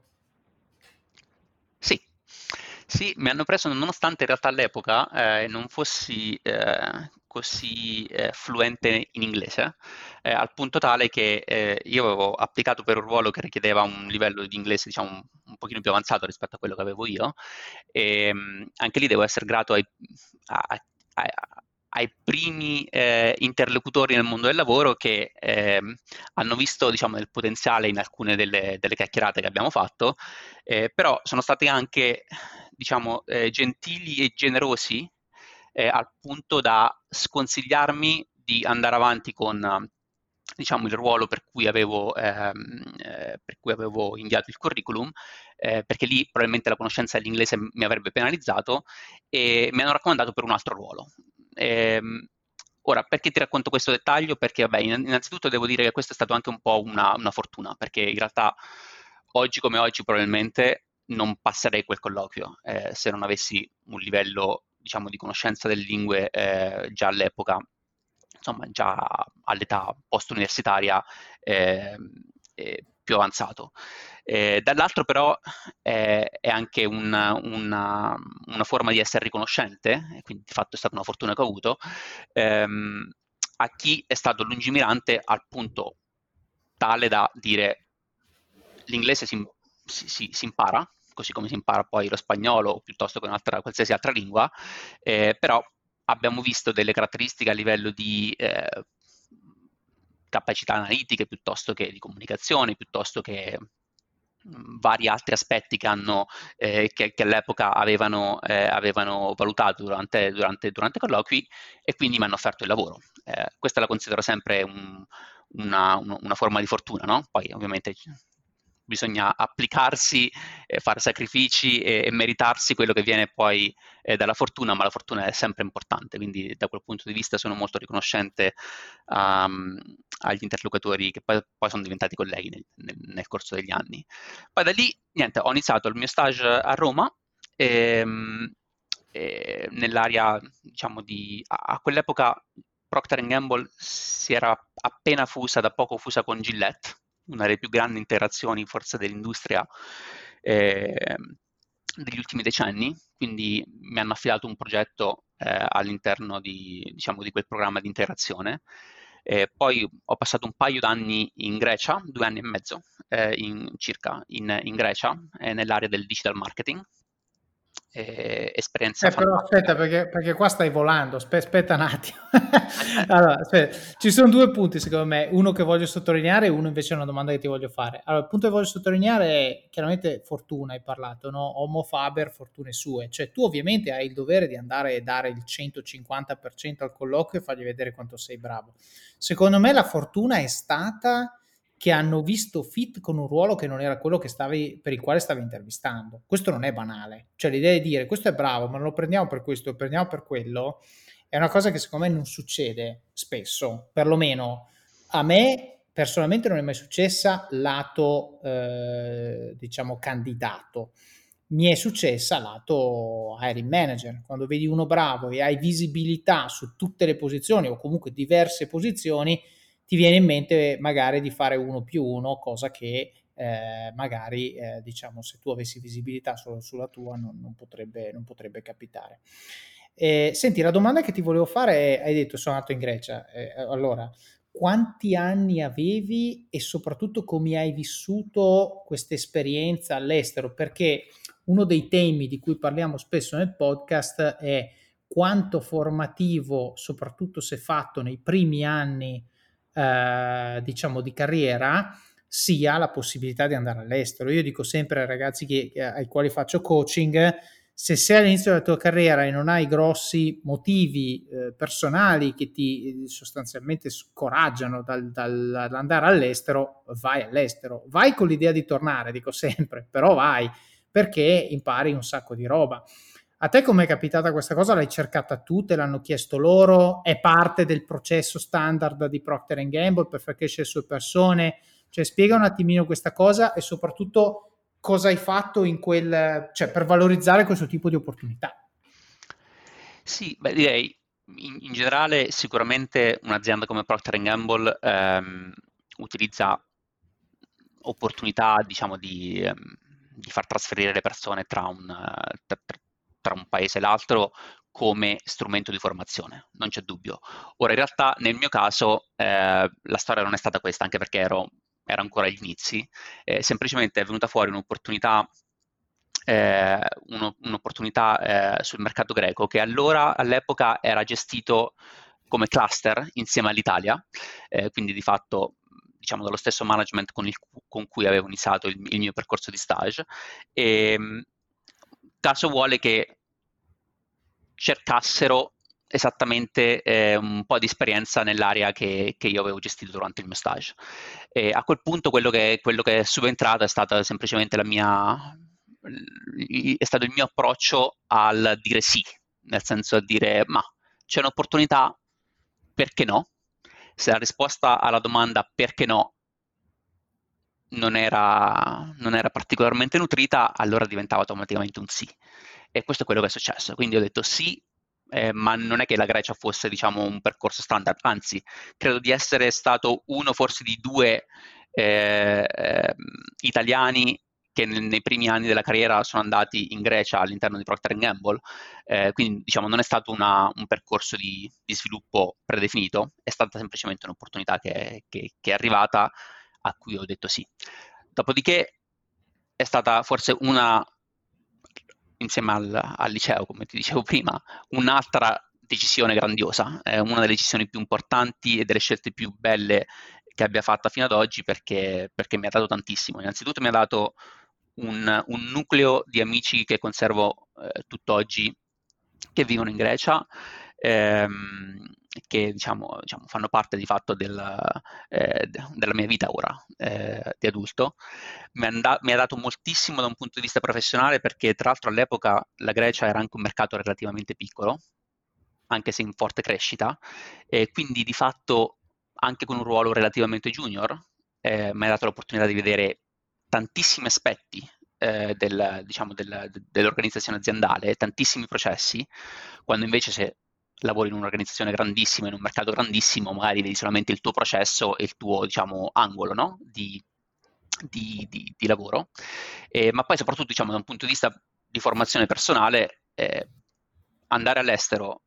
Sì, sì, mi hanno preso nonostante in realtà all'epoca eh, non fossi eh, così eh, fluente in inglese, eh, al punto tale che eh, io avevo applicato per un ruolo che richiedeva un livello di inglese, diciamo, un, un pochino più avanzato rispetto a quello che avevo io, e mh, anche lì devo essere grato ai, a- a- ai primi eh, interlocutori nel mondo del lavoro che ehm, hanno visto, diciamo, il potenziale in alcune delle, delle chiacchierate che abbiamo fatto, eh, però sono stati anche, diciamo, eh, gentili e generosi eh, al punto da sconsigliarmi di andare avanti con, diciamo, il ruolo per cui avevo, ehm, eh, per cui avevo inviato il curriculum, eh, perché lì probabilmente la conoscenza dell'inglese mi avrebbe penalizzato e mi hanno raccomandato per un altro ruolo. Ehm, Ora, perché ti racconto questo dettaglio? Perché, vabbè, innanzitutto devo dire che questo è stato anche un po' una, una fortuna, perché in realtà oggi come oggi probabilmente non passerei quel colloquio eh, se non avessi un livello diciamo, di conoscenza delle lingue eh, già all'epoca, insomma, già all'età post-universitaria eh, eh, più avanzato. Eh, dall'altro però eh, è anche una, una, una forma di essere riconoscente, e quindi di fatto è stata una fortuna che ho avuto, ehm, a chi è stato lungimirante al punto tale da dire l'inglese si, si, si, si impara, così come si impara poi lo spagnolo o piuttosto che un'altra, qualsiasi altra lingua, eh, però abbiamo visto delle caratteristiche a livello di eh, capacità analitiche piuttosto che di comunicazione, piuttosto che mh, vari altri aspetti che, hanno, eh, che, che all'epoca avevano, eh, avevano valutato durante, durante, durante i colloqui e quindi mi hanno offerto il lavoro. Eh, questa la considero sempre un, una, una, forma di fortuna, no? Poi ovviamente bisogna applicarsi, eh, fare sacrifici e, e, meritarsi quello che viene poi eh, dalla fortuna, ma la fortuna è sempre importante, quindi da quel punto di vista sono molto riconoscente um, agli interlocutori che poi, poi sono diventati colleghi nel, nel, nel corso degli anni. Poi da lì, niente, ho iniziato il mio stage a Roma, ehm, e nell'area, diciamo, di... a, a quell'epoca Procter and Gamble si era appena fusa, da poco fusa con Gillette, una delle più grandi interazioni forse dell'industria eh, degli ultimi decenni, quindi mi hanno affidato un progetto eh, all'interno di, diciamo, di quel programma di integrazione. Eh, poi ho passato un paio d'anni in Grecia, due anni e mezzo eh, in, circa in, in Grecia, eh, nell'area del digital marketing. Eh, esperienza Eh, però fantastica. aspetta, perché, perché qua stai volando. Aspe- Aspetta un attimo. Allora, aspetta. Ci sono due punti, secondo me. Uno che voglio sottolineare e uno invece è una domanda che ti voglio fare. Allora, il punto che voglio sottolineare è chiaramente fortuna, hai parlato, no? Homo faber, fortune sue. Cioè, tu ovviamente hai il dovere di andare e dare il centocinquanta per cento al colloquio e fargli vedere quanto sei bravo. Secondo me la fortuna è stata che hanno visto fit con un ruolo che non era quello che stavi, per il quale stavi intervistando. Questo non è banale. Cioè l'idea di dire questo è bravo, ma non lo prendiamo per questo, lo prendiamo per quello, è una cosa che secondo me non succede spesso, perlomeno a me personalmente non è mai successa lato, eh, diciamo, candidato. Mi è successa lato hiring manager, quando vedi uno bravo e hai visibilità su tutte le posizioni o comunque diverse posizioni, ti viene in mente magari di fare uno più uno, cosa che eh, magari eh, diciamo se tu avessi visibilità solo sulla tua non, non, potrebbe, non potrebbe capitare. Eh, senti, la domanda che ti volevo fare è, hai detto sono nato in Grecia, eh, allora quanti anni avevi e soprattutto come hai vissuto questa esperienza all'estero? Perché uno dei temi di cui parliamo spesso nel podcast è quanto formativo, soprattutto se fatto nei primi anni eh, diciamo di carriera, sia la possibilità di andare all'estero. Io dico sempre ai ragazzi che, che, ai quali faccio coaching, se sei all'inizio della tua carriera e non hai grossi motivi eh, personali che ti eh, sostanzialmente scoraggiano dal, dal, dall'andare all'estero, vai all'estero. Vai con l'idea di tornare, dico sempre, però vai, perché impari un sacco di roba. A te com'è capitata questa cosa? L'hai cercata tu? Te l'hanno chiesto loro? È parte del processo standard di Procter and Gamble per far crescere le sue persone? Cioè, spiega un attimino questa cosa e soprattutto cosa hai fatto in quel, cioè, per valorizzare questo tipo di opportunità. Sì, beh, direi in, in generale sicuramente un'azienda come Procter and Gamble ehm, utilizza opportunità, diciamo, di, ehm, di far trasferire le persone tra un, eh, tra, tra un paese e l'altro come strumento di formazione, non c'è dubbio. Ora, in realtà, nel mio caso, eh, la storia non è stata questa, anche perché ero, ero ancora agli inizi, eh, semplicemente è venuta fuori un'opportunità eh, uno, un'opportunità eh, sul mercato greco che allora all'epoca era gestito come cluster insieme all'Italia, eh, quindi di fatto diciamo dallo stesso management con, il, con cui avevo iniziato il, il mio percorso di stage e caso vuole che cercassero esattamente eh, un po' di esperienza nell'area che, che io avevo gestito durante il mio stage. E a quel punto quello che, quello che è subentrato è stata semplicemente la mia, è stato il mio approccio al dire sì, nel senso a dire ma c'è un'opportunità, perché no? Se la risposta alla domanda perché no non era, non era particolarmente nutrita, allora diventava automaticamente un sì. E questo è quello che è successo. Quindi ho detto sì eh, ma non è che la Grecia fosse, diciamo, un percorso standard, anzi, credo di essere stato uno forse di due eh, eh, italiani che nel, nei primi anni della carriera sono andati in Grecia all'interno di Procter and Gamble, eh, quindi diciamo non è stato una, un percorso di, di, sviluppo predefinito, è stata semplicemente un'opportunità che, che, che è arrivata, a cui ho detto sì. Dopodiché è stata forse una, insieme al, al liceo, come ti dicevo prima, un'altra decisione grandiosa, è una delle decisioni più importanti e delle scelte più belle che abbia fatta fino ad oggi, perché, perché mi ha dato tantissimo. Innanzitutto mi ha dato un, un nucleo di amici che conservo eh, tutt'oggi, che vivono in Grecia, ehm, che diciamo, diciamo, fanno parte di fatto del, eh, della mia vita ora eh, di adulto. Mi, and- mi ha dato moltissimo da un punto di vista professionale, perché tra l'altro all'epoca la Grecia era anche un mercato relativamente piccolo, anche se in forte crescita, e quindi di fatto anche con un ruolo relativamente junior eh, mi ha dato l'opportunità di vedere tantissimi aspetti eh, del, diciamo, del, dell'organizzazione aziendale, tantissimi processi, quando invece se lavori in un'organizzazione grandissima, in un mercato grandissimo, magari vedi solamente il tuo processo e il tuo, diciamo, angolo, no? di, di, di, di lavoro, eh, ma poi soprattutto, diciamo, da un punto di vista di formazione personale, eh, andare all'estero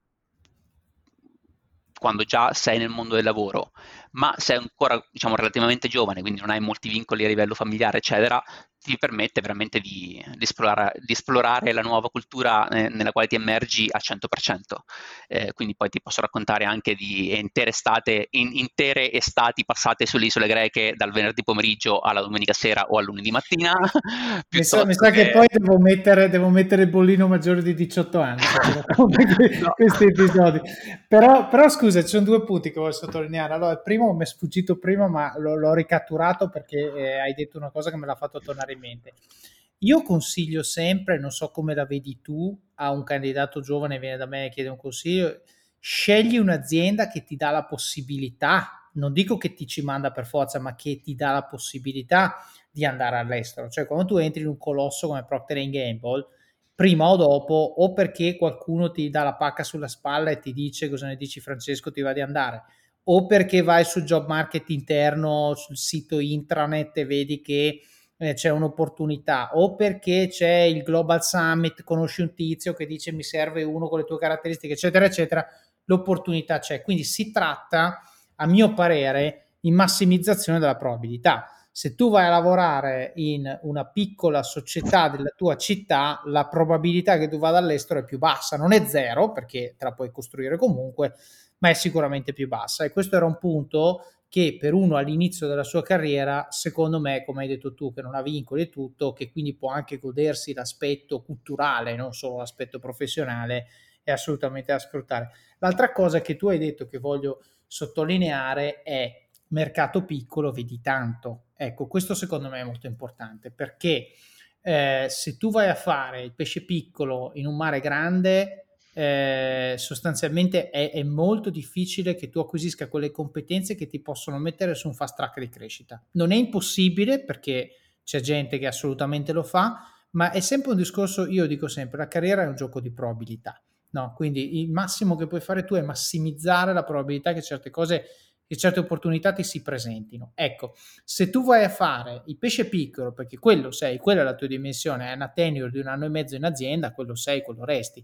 quando già sei nel mondo del lavoro, ma sei ancora, diciamo, relativamente giovane, quindi non hai molti vincoli a livello familiare, eccetera, ti permette veramente di, di, esplorare, di esplorare la nuova cultura eh, nella quale ti immergi al cento per cento. Eh, quindi poi ti posso raccontare anche di intere estate, in, intere estati passate sulle isole greche dal venerdì pomeriggio alla domenica sera o al lunedì mattina, Mi sa, mi piuttosto sa che che... poi devo mettere, devo mettere il bollino maggiore di diciotto anni se ti racconto No. questi episodi. Però, però scusa, ci sono due punti che voglio sottolineare. Allora, il primo mi è sfuggito prima, ma l'ho, l'ho ricatturato perché eh, hai detto una cosa che me l'ha fatto tornare in mente. Io consiglio sempre, non so come la vedi tu, a un candidato giovane, viene da me e chiede un consiglio, scegli un'azienda che ti dà la possibilità, non dico che ti ci manda per forza, ma che ti dà la possibilità di andare all'estero. Cioè, quando tu entri in un colosso come Procter and Gamble, prima o dopo, o perché qualcuno ti dà la pacca sulla spalla e ti dice cosa ne dici Francesco, ti va di andare, o perché vai sul job market interno, sul sito intranet e vedi che eh, c'è un'opportunità, o perché c'è il Global Summit, conosci un tizio che dice mi serve uno con le tue caratteristiche, eccetera, eccetera, l'opportunità c'è. Quindi si tratta, a mio parere, di massimizzazione della probabilità. Se tu vai a lavorare in una piccola società della tua città, la probabilità che tu vada all'estero è più bassa, non è zero perché te la puoi costruire comunque, ma è sicuramente più bassa. E questo era un punto che per uno all'inizio della sua carriera, secondo me, come hai detto tu, che non ha vincoli e tutto, che quindi può anche godersi l'aspetto culturale, non solo l'aspetto professionale, è assolutamente da sfruttare. L'altra cosa che tu hai detto che voglio sottolineare è mercato piccolo, vedi tanto. Ecco, questo secondo me è molto importante perché eh, se tu vai a fare il pesce piccolo in un mare grande, eh, sostanzialmente è, è molto difficile che tu acquisisca quelle competenze che ti possono mettere su un fast track di crescita. Non è impossibile perché c'è gente che assolutamente lo fa, ma è sempre un discorso, io dico sempre, la carriera è un gioco di probabilità. No, quindi il massimo che puoi fare tu è massimizzare la probabilità che certe cose, che certe opportunità ti si presentino. Ecco, se tu vai a fare il pesce piccolo, perché quello sei, quella è la tua dimensione, è una tenure di un anno e mezzo in azienda, quello sei, quello resti,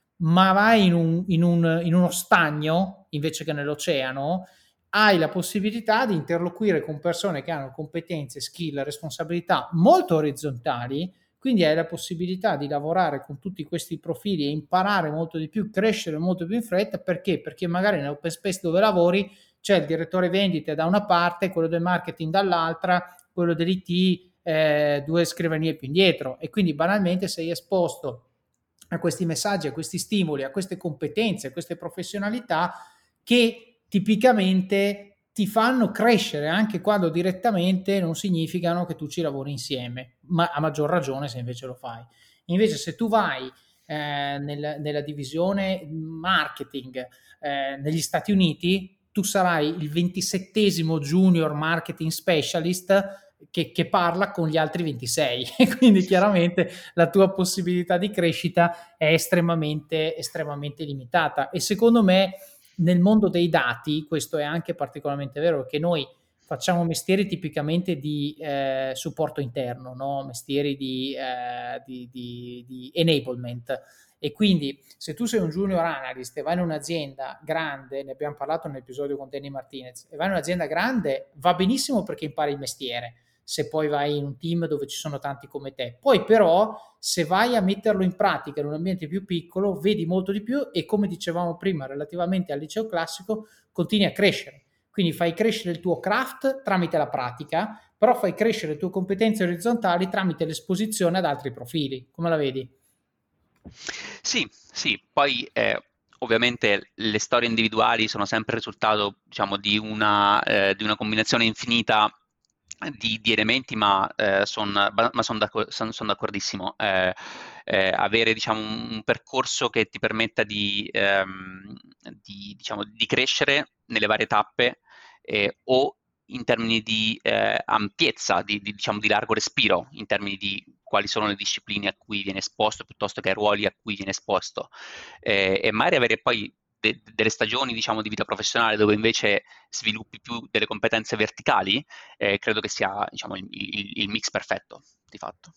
ma vai in, un, in, un, in uno stagno invece che nell'oceano, hai la possibilità di interloquire con persone che hanno competenze, skill, responsabilità molto orizzontali, quindi hai la possibilità di lavorare con tutti questi profili e imparare molto di più, crescere molto più in fretta. Perché? Perché magari nell'open space dove lavori c'è il direttore vendite da una parte, quello del marketing dall'altra, quello dell'I T eh, due scrivanie più indietro, e quindi banalmente sei esposto a questi messaggi, a questi stimoli, a queste competenze, a queste professionalità che tipicamente ti fanno crescere anche quando direttamente non significano che tu ci lavori insieme, ma a maggior ragione se invece lo fai. Invece se tu vai eh, nel, nella divisione marketing eh, negli Stati Uniti, tu sarai il ventisettesimo junior marketing specialist che, che parla con gli altri ventisei, quindi chiaramente la tua possibilità di crescita è estremamente, estremamente limitata. E secondo me nel mondo dei dati questo è anche particolarmente vero, perché noi facciamo mestieri tipicamente di eh, supporto interno, no? Mestieri di, eh, di, di, di enablement. E quindi se tu sei un junior analyst e vai in un'azienda grande, ne abbiamo parlato nell'episodio con Danny Martinez, e vai in un'azienda grande, va benissimo perché impari il mestiere, se poi vai in un team dove ci sono tanti come te. Poi però se vai a metterlo in pratica in un ambiente più piccolo, vedi molto di più e, come dicevamo prima, relativamente al liceo classico, continui a crescere. Quindi fai crescere il tuo craft tramite la pratica, però fai crescere le tue competenze orizzontali tramite l'esposizione ad altri profili. Come la vedi? Sì, sì, poi eh, ovviamente le storie individuali sono sempre il risultato, diciamo, di una, eh, di una combinazione infinita di, di elementi, ma, eh, son, ma ma sono d'accor- son- son d'accordissimo. Eh, eh, avere, diciamo, un, un percorso che ti permetta di, ehm, di, diciamo, di crescere nelle varie tappe, eh, o in termini di eh, ampiezza, di, di, diciamo, di largo respiro, in termini di quali sono le discipline a cui viene esposto, piuttosto che ai ruoli a cui viene esposto, eh, e magari avere poi de- delle stagioni, diciamo, di vita professionale dove invece sviluppi più delle competenze verticali, eh, credo che sia, diciamo, il, il- il mix perfetto, di fatto.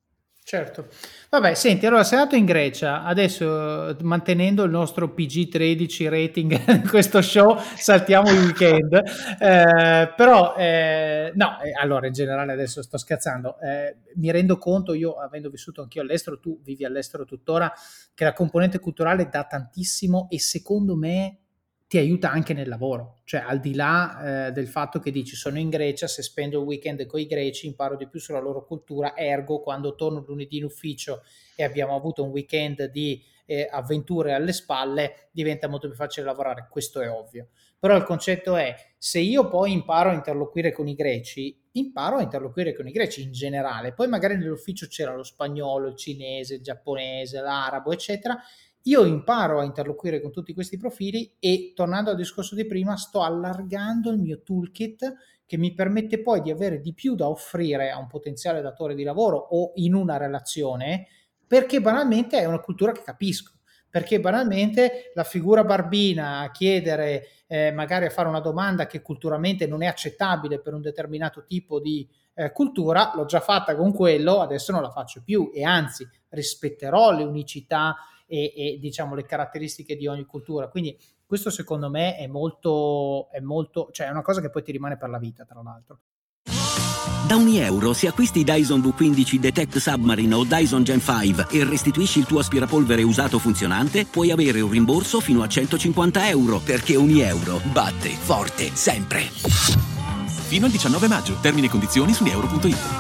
Certo. Vabbè, senti, allora sei andato in Grecia, adesso eh, mantenendo il nostro P G tredici rating in questo show, saltiamo i weekend, eh, però eh, no, eh, allora in generale adesso sto scherzando, eh, mi rendo conto, io avendo vissuto anch'io all'estero, tu vivi all'estero tuttora, che la componente culturale dà tantissimo e secondo me ti aiuta anche nel lavoro, cioè al di là eh, del fatto che dici sono in Grecia, se spendo il weekend con i greci imparo di più sulla loro cultura, ergo quando torno lunedì in ufficio e abbiamo avuto un weekend di eh, avventure alle spalle diventa molto più facile lavorare, questo è ovvio. Però il concetto è, se io poi imparo a interloquire con i greci, imparo a interloquire con i greci in generale, poi magari nell'ufficio c'era lo spagnolo, il cinese, il giapponese, l'arabo, eccetera, io imparo a interloquire con tutti questi profili e, tornando al discorso di prima, sto allargando il mio toolkit che mi permette poi di avere di più da offrire a un potenziale datore di lavoro o in una relazione, perché banalmente è una cultura che capisco. Perché banalmente la figura barbina a chiedere, eh, magari a fare una domanda che culturalmente non è accettabile per un determinato tipo di eh, cultura, l'ho già fatta con quello, adesso non la faccio più e anzi rispetterò le unicità e, e diciamo le caratteristiche di ogni cultura. Quindi questo secondo me è molto, è molto, cioè è una cosa che poi ti rimane per la vita, tra l'altro. Da ogni euro, se acquisti Dyson V quindici Detect Submarine o Dyson Gen cinque e restituisci il tuo aspirapolvere usato funzionante, puoi avere un rimborso fino a centocinquanta euro, perché ogni euro batte forte sempre. Fino al diciannove maggio. Termini e condizioni su euro punto it.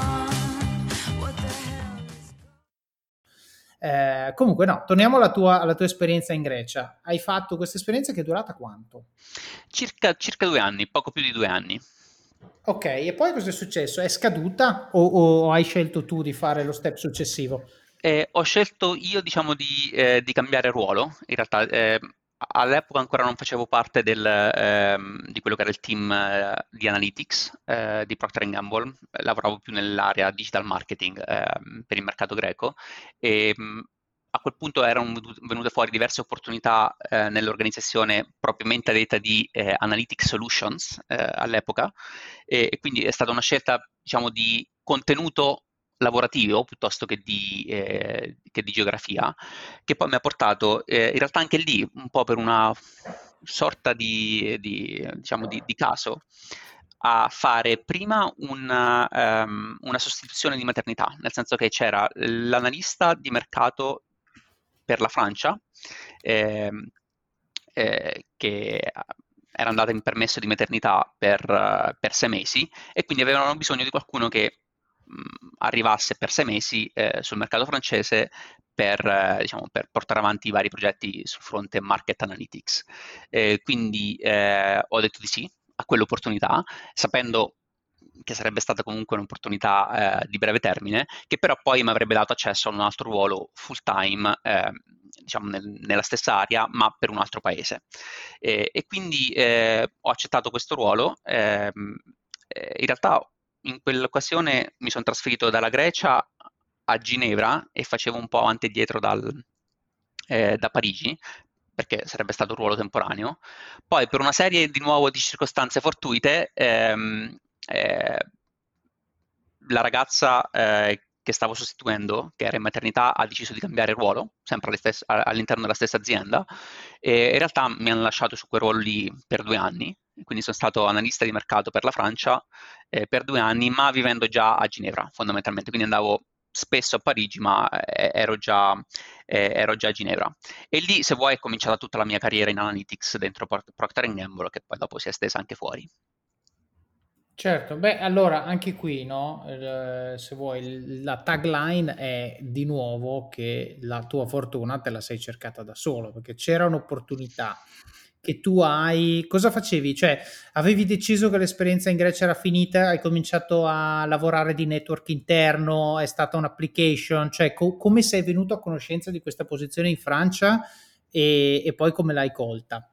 Eh, comunque no, torniamo alla tua, alla tua esperienza in Grecia. Hai fatto questa esperienza che è durata quanto? Circa, circa due anni, poco più di due anni. Ok, e poi cosa è successo? È scaduta o, o hai scelto tu di fare lo step successivo? Eh, ho scelto io, diciamo, di, eh, di cambiare ruolo. In realtà, eh, all'epoca ancora non facevo parte del, ehm, di quello che era il team eh, di analytics eh, di Procter and Gamble. Lavoravo più nell'area digital marketing ehm, per il mercato greco e mh, a quel punto erano venute fuori diverse opportunità eh, nell'organizzazione propriamente detta di eh, Analytics Solutions eh, all'epoca, e, e quindi è stata una scelta, diciamo, di contenuto lavorativo piuttosto che di, eh, che di geografia, che poi mi ha portato eh, in realtà anche lì un po' per una sorta di, di, diciamo, di, di caso a fare prima una, um, una sostituzione di maternità, nel senso che c'era l'analista di mercato per la Francia, ehm, eh, che era andata in permesso di maternità per, uh, per sei mesi e quindi avevano bisogno di qualcuno che mh, arrivasse per sei mesi eh, sul mercato francese per, eh, diciamo, per portare avanti i vari progetti sul fronte market analytics. Eh, quindi eh, ho detto di sì a quell'opportunità, sapendo che sarebbe stata comunque un'opportunità eh, di breve termine, che però poi mi avrebbe dato accesso a un altro ruolo full time, eh, diciamo nel, nella stessa area, ma per un altro paese. E, e quindi eh, ho accettato questo ruolo. Eh, in realtà in quell'occasione mi sono trasferito dalla Grecia a Ginevra e facevo un po' avanti e dietro dal, eh, da Parigi, perché sarebbe stato un ruolo temporaneo. Poi per una serie di nuovo di circostanze fortuite, ehm, eh, la ragazza eh, che stavo sostituendo, che era in maternità, ha deciso di cambiare ruolo, sempre all'estes- all'interno della stessa azienda, e in realtà mi hanno lasciato su quel ruolo lì per due anni, quindi sono stato analista di mercato per la Francia eh, per due anni, ma vivendo già a Ginevra, fondamentalmente, quindi andavo spesso a Parigi, ma eh, ero già, eh, ero già a Ginevra. E lì, se vuoi, è cominciata tutta la mia carriera in analytics dentro Procter and Gamble, che poi dopo si è estesa anche fuori. Certo, beh, allora anche qui, no? Eh, se vuoi, la tagline è di nuovo che la tua fortuna te la sei cercata da solo, perché c'era un'opportunità che tu hai. Cosa facevi? Cioè, avevi deciso che l'esperienza in Grecia era finita, hai cominciato a lavorare di network interno, è stata un'application, cioè co- come sei venuto a conoscenza di questa posizione in Francia e, e poi come l'hai colta?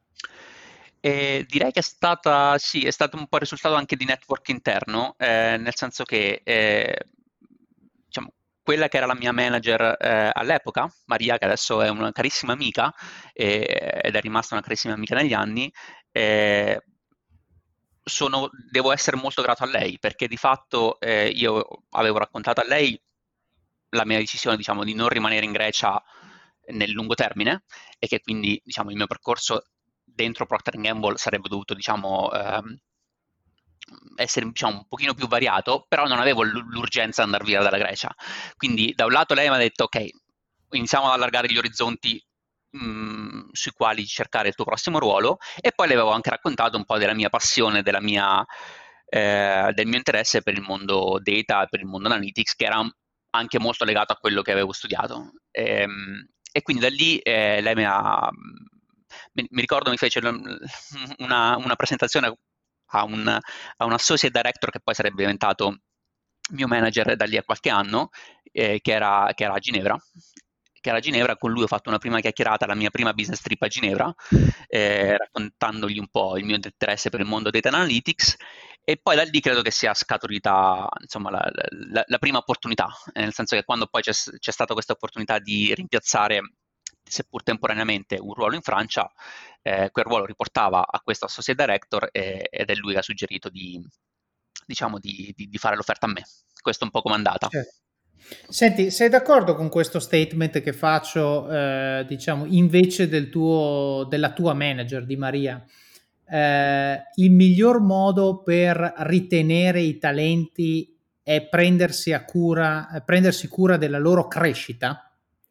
E direi che è stata, sì, è stato un po' il risultato anche di network interno, eh, nel senso che eh, diciamo, quella che era la mia manager eh, all'epoca, Maria, che adesso è una carissima amica eh, ed è rimasta una carissima amica negli anni, eh, sono, devo essere molto grato a lei, perché di fatto eh, io avevo raccontato a lei la mia decisione, diciamo, di non rimanere in Grecia nel lungo termine e che quindi, diciamo, il mio percorso dentro Procter and Gamble sarebbe dovuto, diciamo, ehm, essere, diciamo, un pochino più variato, però non avevo l'urgenza di andare via dalla Grecia. Quindi da un lato lei mi ha detto, ok, iniziamo ad allargare gli orizzonti mh, sui quali cercare il tuo prossimo ruolo, e poi le avevo anche raccontato un po' della mia passione, della mia, eh, del mio interesse per il mondo data, per il mondo analytics, che era anche molto legato a quello che avevo studiato. E, e quindi da lì eh, lei mi ha, mi, mi ricordo mi fece una, una presentazione a un, a un associate director che poi sarebbe diventato mio manager da lì a qualche anno, eh, che, era, che era a Ginevra, che era a Ginevra, con lui ho fatto una prima chiacchierata, la mia prima business trip a Ginevra, eh, raccontandogli un po' il mio interesse per il mondo data analytics, e poi da lì credo che sia scaturita, insomma, la, la, la prima opportunità, eh, nel senso che quando poi c'è, c'è stata questa opportunità di rimpiazzare, seppur temporaneamente, un ruolo in Francia, eh, quel ruolo riportava a questo associate director e, ed è lui che ha suggerito di, diciamo, di, di, di fare l'offerta a me. Questo è un po' come è andata. Certo. Senti, sei d'accordo con questo statement che faccio, eh, diciamo, invece del tuo, della tua manager di Maria? Eh, il miglior modo per ritenere i talenti è prendersi a cura, eh, prendersi cura della loro crescita?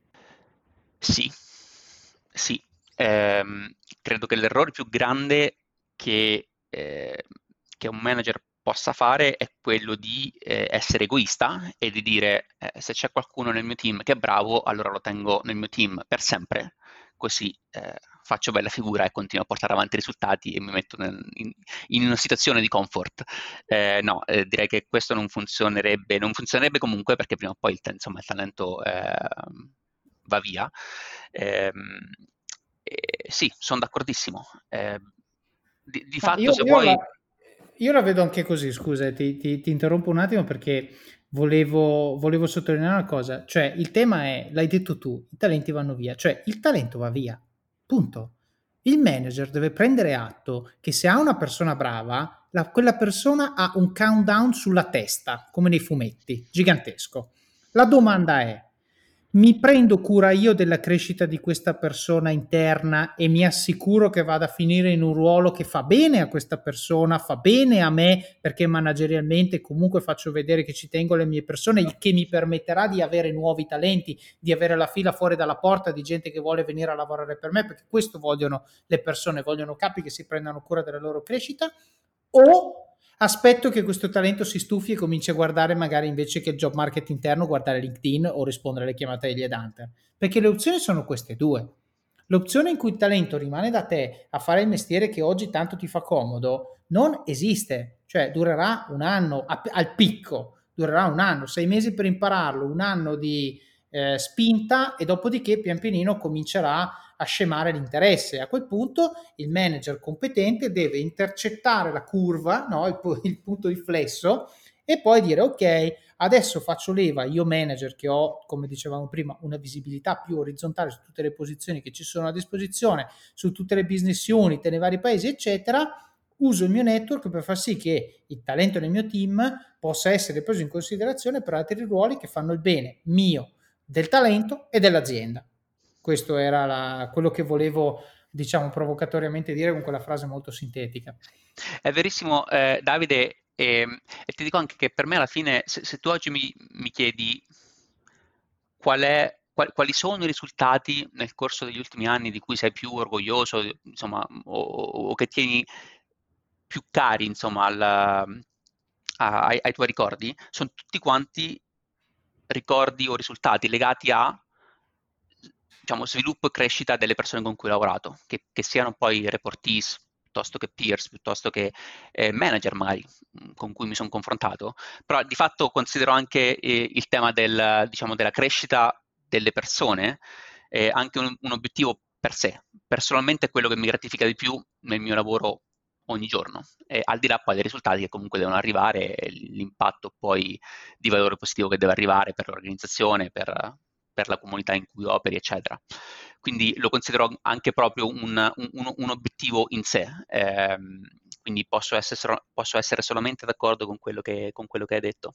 Sì, sì. Ehm, credo che l'errore più grande che, eh, che un manager possa fare è quello di eh, essere egoista e di dire eh, se c'è qualcuno nel mio team che è bravo, allora lo tengo nel mio team per sempre, così eh, faccio bella figura e continuo a portare avanti i risultati e mi metto nel- in, in una situazione di comfort. Eh, no, eh, direi che questo non funzionerebbe, non funzionerebbe comunque, perché prima o poi il, ta- insomma, il talento eh, va via. Ehm, eh, sì, sono d'accordissimo. Eh, di, di Ma fatto, io, se io la, vuoi, io la vedo anche così, scusa, ti, ti- ti interrompo un attimo perché volevo, volevo sottolineare una cosa, cioè il tema è, l'hai detto tu, i talenti vanno via, cioè il talento va via, punto. Il manager deve prendere atto che se ha una persona brava, la- quella persona ha un countdown sulla testa, come nei fumetti, gigantesco. La domanda è, mi prendo cura io della crescita di questa persona interna e mi assicuro che vada a finire in un ruolo che fa bene a questa persona, fa bene a me, perché managerialmente comunque faccio vedere che ci tengo alle mie persone, il che mi permetterà di avere nuovi talenti, di avere la fila fuori dalla porta di gente che vuole venire a lavorare per me, perché questo vogliono le persone, vogliono capi che si prendano cura della loro crescita, o aspetto che questo talento si stufi e cominci a guardare, magari invece che il job market interno, guardare LinkedIn o rispondere alle chiamate degli headhunter, perché le opzioni sono queste due. L'opzione in cui il talento rimane da te a fare il mestiere che oggi tanto ti fa comodo non esiste, cioè durerà un anno a, al picco, durerà un anno, sei mesi per impararlo, un anno di eh, spinta, e dopodiché pian pianino comincerà a scemare l'interesse. A quel punto il manager competente deve intercettare la curva, no? il, il punto di flesso, e poi dire ok, adesso faccio leva io manager che ho, come dicevamo prima, una visibilità più orizzontale su tutte le posizioni che ci sono a disposizione, su tutte le business unit nei vari paesi eccetera, uso il mio network per far sì che il talento nel mio team possa essere preso in considerazione per altri ruoli che fanno il bene mio, del talento e dell'azienda. Questo era la, quello che volevo, diciamo, provocatoriamente dire con quella frase molto sintetica. È verissimo, eh, Davide, e, e ti dico anche che per me alla fine, se, se tu oggi mi, mi chiedi qual è, qual, quali sono i risultati nel corso degli ultimi anni di cui sei più orgoglioso, insomma, o, o che tieni più cari, insomma, al, a, ai, ai tuoi ricordi, sono tutti quanti ricordi o risultati legati a, diciamo, sviluppo e crescita delle persone con cui ho lavorato, che, che siano poi reportees, piuttosto che peers, piuttosto che eh, manager magari con cui mi sono confrontato, però di fatto considero anche eh, il tema del, diciamo, della crescita delle persone eh, anche un, un obiettivo per sé. Personalmente è quello che mi gratifica di più nel mio lavoro ogni giorno, e al di là poi dei risultati che comunque devono arrivare, l'impatto poi di valore positivo che deve arrivare per l'organizzazione, per, per la comunità in cui operi, eccetera. Quindi lo considero anche proprio un, un, un obiettivo in sé, eh, quindi posso essere, posso essere solamente d'accordo con quello che, con quello che hai detto.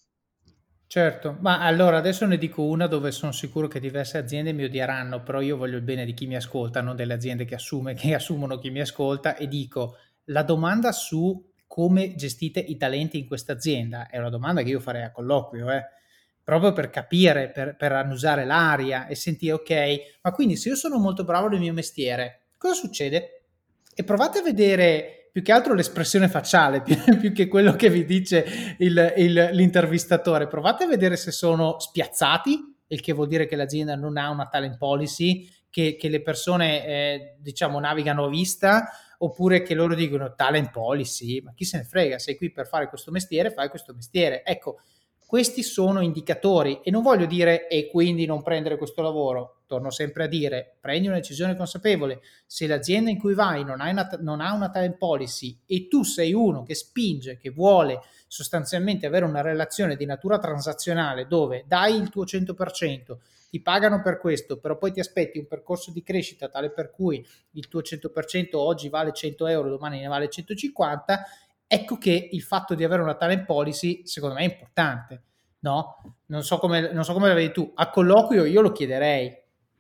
Certo, ma allora adesso ne dico una dove sono sicuro che diverse aziende mi odieranno, però io voglio il bene di chi mi ascolta, non delle aziende che, assume, che assumono chi mi ascolta, e dico, la domanda su come gestite i talenti in questa azienda è una domanda che io farei a colloquio, eh? Proprio per capire, per, per annusare l'aria e sentire, ok, ma quindi se io sono molto bravo nel mio mestiere, cosa succede? E provate a vedere più che altro l'espressione facciale, più, più che quello che vi dice il, il, l'intervistatore. Provate a vedere se sono spiazzati, il che vuol dire che l'azienda non ha una talent policy, che, che le persone eh, diciamo navigano a vista, oppure che loro dicono talent policy, ma chi se ne frega, sei qui per fare questo mestiere, fai questo mestiere. Ecco, questi sono indicatori, e non voglio dire e quindi non prendere questo lavoro, torno sempre a dire prendi una decisione consapevole. Se l'azienda in cui vai non ha una, non ha una talent policy e tu sei uno che spinge, che vuole sostanzialmente avere una relazione di natura transazionale dove dai il tuo cento per cento, ti pagano per questo, però poi ti aspetti un percorso di crescita tale per cui il tuo cento per cento oggi vale cento euro, domani ne vale centocinquanta, ecco che il fatto di avere una talent policy secondo me è importante, no? Non so come, non so come la vedi tu, a colloquio io lo chiederei.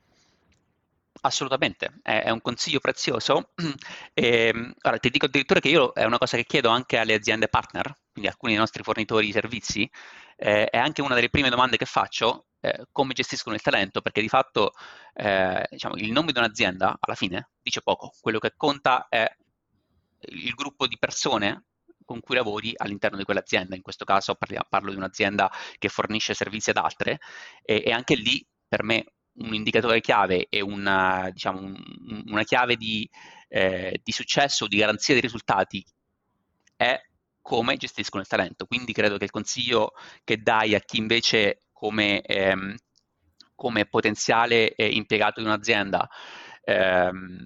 Assolutamente, è, è un consiglio prezioso. E, allora, ti dico addirittura che io è una cosa che chiedo anche alle aziende partner, quindi alcuni dei nostri fornitori di servizi, eh, è anche una delle prime domande che faccio, eh, come gestiscono il talento, perché di fatto eh, diciamo, il nome di un'azienda alla fine dice poco, quello che conta è il gruppo di persone con cui lavori all'interno di quell'azienda. In questo caso parliamo, parlo di un'azienda che fornisce servizi ad altre, e, e anche lì per me un indicatore chiave e una, diciamo, un, una chiave di, eh, di successo, di garanzia dei risultati è come gestiscono il talento. Quindi credo che il consiglio che dai a chi invece come, ehm, come potenziale eh, impiegato di un'azienda ehm,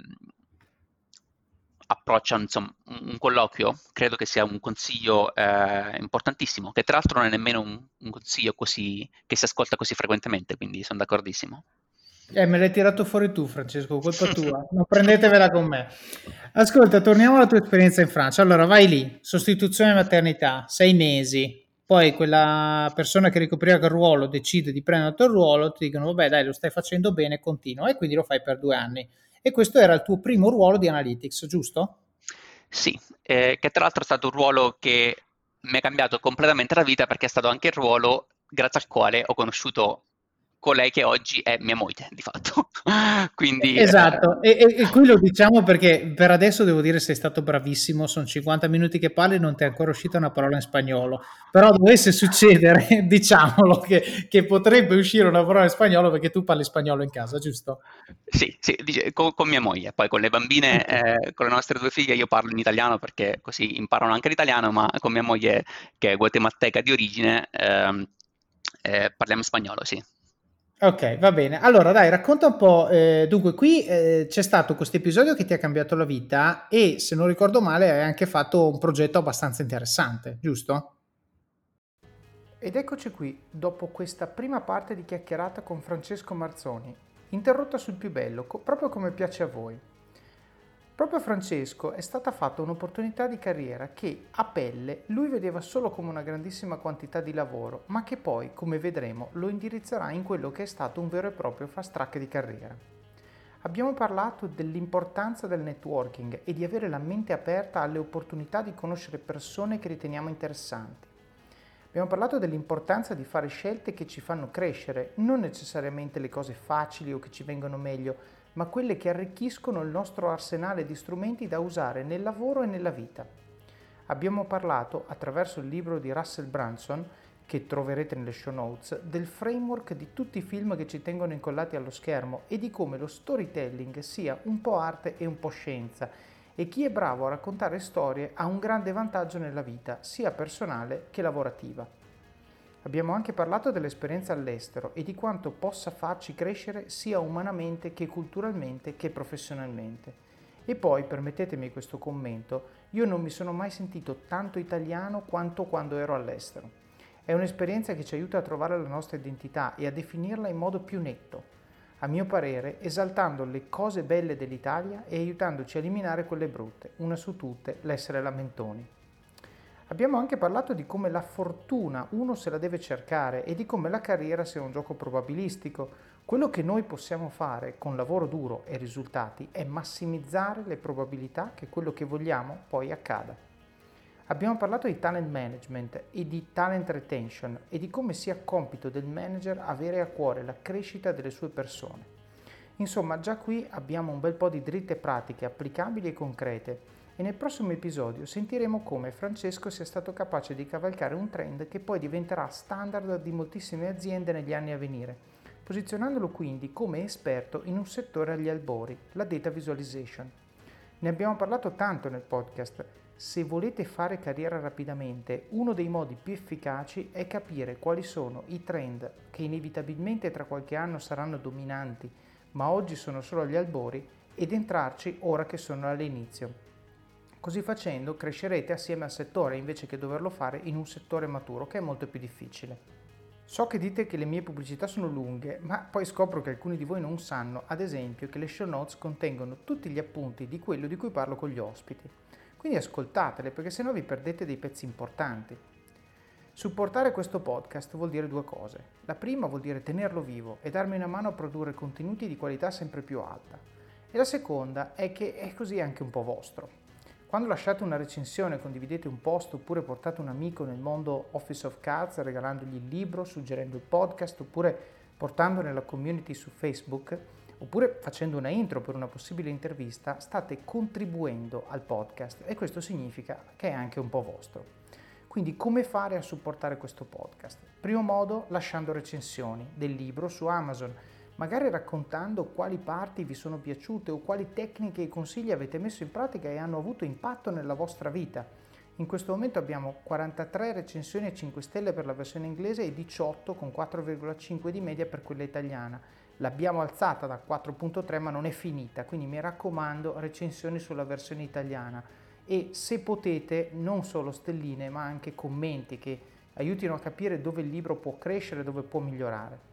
approccia insomma, un, un colloquio, credo che sia un consiglio eh, importantissimo, che tra l'altro non è nemmeno un, un consiglio così, che si ascolta così frequentemente, quindi sono d'accordissimo. Eh, me l'hai tirato fuori tu, Francesco, colpa tua, non prendetevela con me. Ascolta, torniamo alla tua esperienza in Francia. Allora, vai lì, sostituzione maternità, sei mesi, poi quella persona che ricopriva quel ruolo decide di prendere il tuo ruolo, ti dicono, vabbè dai, lo stai facendo bene, continua, e quindi lo fai per due anni. E questo era il tuo primo ruolo di Analytics, giusto? Sì, eh, che tra l'altro è stato un ruolo che mi ha cambiato completamente la vita, perché è stato anche il ruolo grazie al quale ho conosciuto colei che oggi è mia moglie, di fatto. Quindi, Esatto, eh... e, e, e qui lo diciamo perché per adesso devo dire sei stato bravissimo, sono cinquanta minuti che parli e non ti è ancora uscita una parola in spagnolo, però dovesse succedere, diciamolo, che, che potrebbe uscire una parola in spagnolo perché tu parli spagnolo in casa, giusto? Sì, sì, dice, con, con mia moglie, poi con le bambine, Okay. eh, con le nostre due figlie io parlo in italiano perché così imparano anche l'italiano, ma con mia moglie che è guatemalteca di origine ehm, eh, parliamo in spagnolo, sì. Ok, va bene. Allora, dai, racconta un po'. Eh, dunque, qui eh, c'è stato questo episodio che ti ha cambiato la vita e, se non ricordo male, hai anche fatto un progetto abbastanza interessante, giusto? Ed eccoci qui, dopo questa prima parte di chiacchierata con Francesco Marzoni, interrotta sul più bello, co- proprio come piace a voi. Proprio a Francesco è stata fatta un'opportunità di carriera che, a pelle, lui vedeva solo come una grandissima quantità di lavoro, ma che poi, come vedremo, lo indirizzerà in quello che è stato un vero e proprio fast track di carriera. Abbiamo parlato dell'importanza del networking e di avere la mente aperta alle opportunità di conoscere persone che riteniamo interessanti. Abbiamo parlato dell'importanza di fare scelte che ci fanno crescere, non necessariamente le cose facili o che ci vengono meglio, ma quelle che arricchiscono il nostro arsenale di strumenti da usare nel lavoro e nella vita. Abbiamo parlato, attraverso il libro di Russell Brunson, che troverete nelle show notes, del framework di tutti i film che ci tengono incollati allo schermo e di come lo storytelling sia un po' arte e un po' scienza, e chi è bravo a raccontare storie ha un grande vantaggio nella vita, sia personale che lavorativa. Abbiamo anche parlato dell'esperienza all'estero e di quanto possa farci crescere sia umanamente che culturalmente che professionalmente. E poi, permettetemi questo commento, io non mi sono mai sentito tanto italiano quanto quando ero all'estero. È un'esperienza che ci aiuta a trovare la nostra identità e a definirla in modo più netto, a mio parere esaltando le cose belle dell'Italia e aiutandoci a eliminare quelle brutte, una su tutte l'essere lamentoni. Abbiamo anche parlato di come la fortuna uno se la deve cercare e di come la carriera sia un gioco probabilistico. Quello che noi possiamo fare con lavoro duro e risultati è massimizzare le probabilità che quello che vogliamo poi accada. Abbiamo parlato di talent management e di talent retention e di come sia compito del manager avere a cuore la crescita delle sue persone. Insomma, già qui abbiamo un bel po' di dritte pratiche applicabili e concrete e nel prossimo episodio sentiremo come Francesco sia stato capace di cavalcare un trend che poi diventerà standard di moltissime aziende negli anni a venire, posizionandolo quindi come esperto in un settore agli albori, la data visualization. Ne abbiamo parlato tanto nel podcast. Se volete fare carriera rapidamente, uno dei modi più efficaci è capire quali sono i trend che inevitabilmente tra qualche anno saranno dominanti, ma oggi sono solo agli albori, ed entrarci ora che sono all'inizio. Così facendo crescerete assieme al settore invece che doverlo fare in un settore maturo, che è molto più difficile. So che dite che le mie pubblicità sono lunghe, ma poi scopro che alcuni di voi non sanno, ad esempio, che le show notes contengono tutti gli appunti di quello di cui parlo con gli ospiti. Quindi ascoltatele, perché sennò vi perdete dei pezzi importanti. Supportare questo podcast vuol dire due cose. La prima vuol dire tenerlo vivo e darmi una mano a produrre contenuti di qualità sempre più alta. E la seconda è che è così anche un po' vostro. Quando lasciate una recensione, condividete un post oppure portate un amico nel mondo Office of Cards regalandogli il libro, suggerendo il podcast oppure portando nella community su Facebook, oppure facendo una intro per una possibile intervista, state contribuendo al podcast e questo significa che è anche un po' vostro. Quindi come fare a supportare questo podcast? Primo modo, lasciando recensioni del libro su Amazon, magari raccontando quali parti vi sono piaciute o quali tecniche e consigli avete messo in pratica e hanno avuto impatto nella vostra vita. In questo momento abbiamo quarantatré recensioni a cinque stelle per la versione inglese e diciotto con quattro virgola cinque di media per quella italiana. L'abbiamo alzata da quattro virgola tre ma non è finita, quindi mi raccomando recensioni sulla versione italiana e se potete non solo stelline ma anche commenti che aiutino a capire dove il libro può crescere, dove può migliorare.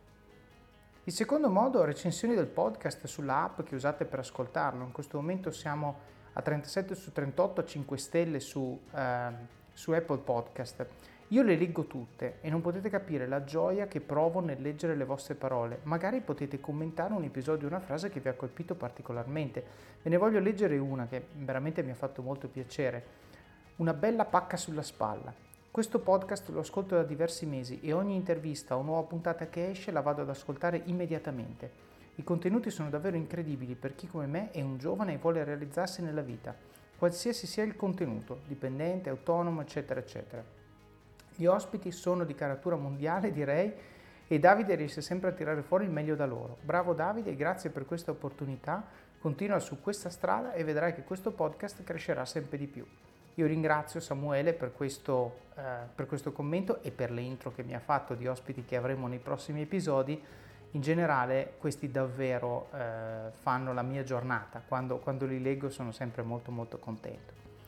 Il secondo modo, recensioni del podcast sulla app che usate per ascoltarlo. In questo momento siamo a trentasette su trentotto a cinque stelle su, eh, su Apple Podcast. Io le leggo tutte e non potete capire la gioia che provo nel leggere le vostre parole. Magari potete commentare un episodio o una frase che vi ha colpito particolarmente. Ve ne voglio leggere una che veramente mi ha fatto molto piacere. Una bella pacca sulla spalla. Questo podcast lo ascolto da diversi mesi e ogni intervista o nuova puntata che esce la vado ad ascoltare immediatamente. I contenuti sono davvero incredibili per chi come me è un giovane e vuole realizzarsi nella vita, qualsiasi sia il contenuto, dipendente, autonomo, eccetera, eccetera. Gli ospiti sono di caratura mondiale, direi, e Davide riesce sempre a tirare fuori il meglio da loro. Bravo Davide, grazie per questa opportunità, continua su questa strada e vedrai che questo podcast crescerà sempre di più. Io ringrazio Samuele per questo, eh, per questo commento e per le intro che mi ha fatto di ospiti che avremo nei prossimi episodi. In generale questi davvero eh, fanno la mia giornata, quando, quando li leggo sono sempre molto molto contento.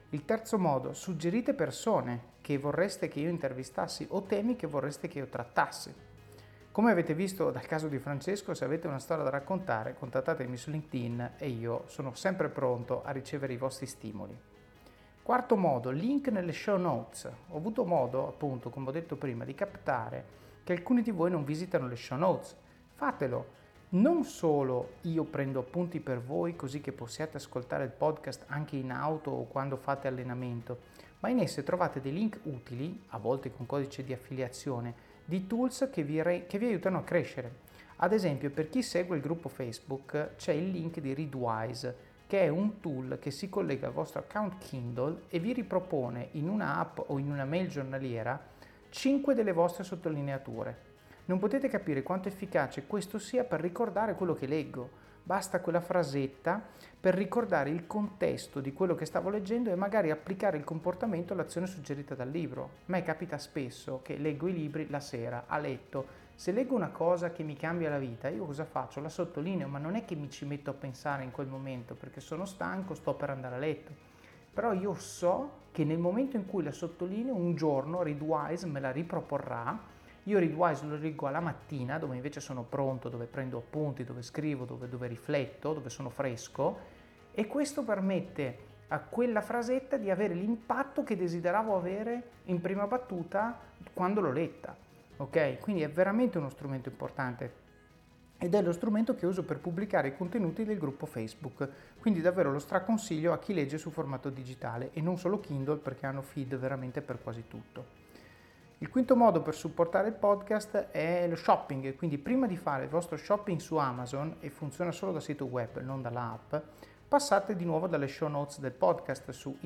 Il terzo modo, suggerite persone che vorreste che io intervistassi o temi che vorreste che io trattassi. Come avete visto dal caso di Francesco, se avete una storia da raccontare, contattatemi su LinkedIn e io sono sempre pronto a ricevere i vostri stimoli. Quarto modo, link nelle show notes. Ho avuto modo, appunto, come ho detto prima, di captare che alcuni di voi non visitano le show notes. Fatelo. Non solo io prendo appunti per voi così che possiate ascoltare il podcast anche in auto o quando fate allenamento, ma in esse trovate dei link utili, a volte con codice di affiliazione, di tools che vi, re- che vi aiutano a crescere. Ad esempio, per chi segue il gruppo Facebook c'è il link di Readwise, che è un tool che si collega al vostro account Kindle e vi ripropone in una app o in una mail giornaliera cinque delle vostre sottolineature. Non potete capire quanto efficace questo sia per ricordare quello che leggo. Basta quella frasetta per ricordare il contesto di quello che stavo leggendo e magari applicare il comportamento all'azione suggerita dal libro. A me capita spesso che leggo i libri la sera, a letto. Se leggo una cosa che mi cambia la vita, io cosa faccio? La sottolineo, ma non è che mi ci metto a pensare in quel momento perché sono stanco, sto per andare a letto. Però io so che nel momento in cui la sottolineo, un giorno Readwise me la riproporrà. Io Readwise lo leggo alla mattina, dove invece sono pronto, dove prendo appunti, dove scrivo, dove, dove rifletto, dove sono fresco, e questo permette a quella frasetta di avere l'impatto che desideravo avere in prima battuta quando l'ho letta. Ok? Quindi è veramente uno strumento importante ed è lo strumento che uso per pubblicare i contenuti del gruppo Facebook, quindi davvero lo straconsiglio a chi legge su formato digitale e non solo Kindle, perché hanno feed veramente per quasi tutto. Il quinto modo per supportare il podcast è lo shopping, quindi prima di fare il vostro shopping su Amazon, e funziona solo da sito web, non dall'app, passate di nuovo dalle show notes del podcast su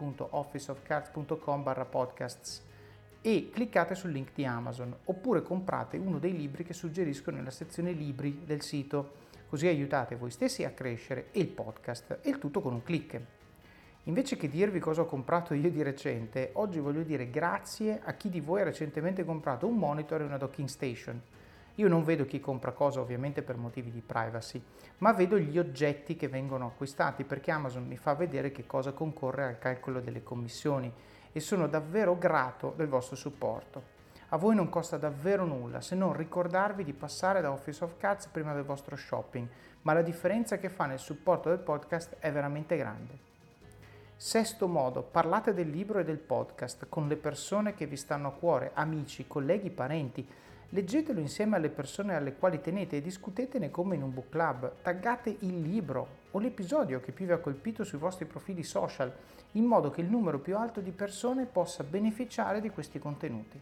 it.officeofcards.com barra podcasts e cliccate sul link di Amazon, oppure comprate uno dei libri che suggerisco nella sezione libri del sito, così aiutate voi stessi a crescere e il podcast, e il tutto con un click. Invece che dirvi cosa ho comprato io di recente, oggi voglio dire grazie a chi di voi ha recentemente comprato un monitor e una docking station. Io non vedo chi compra cosa, ovviamente per motivi di privacy, ma vedo gli oggetti che vengono acquistati, perché Amazon mi fa vedere che cosa concorre al calcolo delle commissioni e sono davvero grato del vostro supporto. A voi non costa davvero nulla se non ricordarvi di passare da Office of Cards prima del vostro shopping, ma la differenza che fa nel supporto del podcast è veramente grande. Sesto modo, parlate del libro e del podcast con le persone che vi stanno a cuore, amici, colleghi, parenti. Leggetelo insieme alle persone alle quali tenete e discutetene come in un book club. Taggate il libro o l'episodio che più vi ha colpito sui vostri profili social, in modo che il numero più alto di persone possa beneficiare di questi contenuti.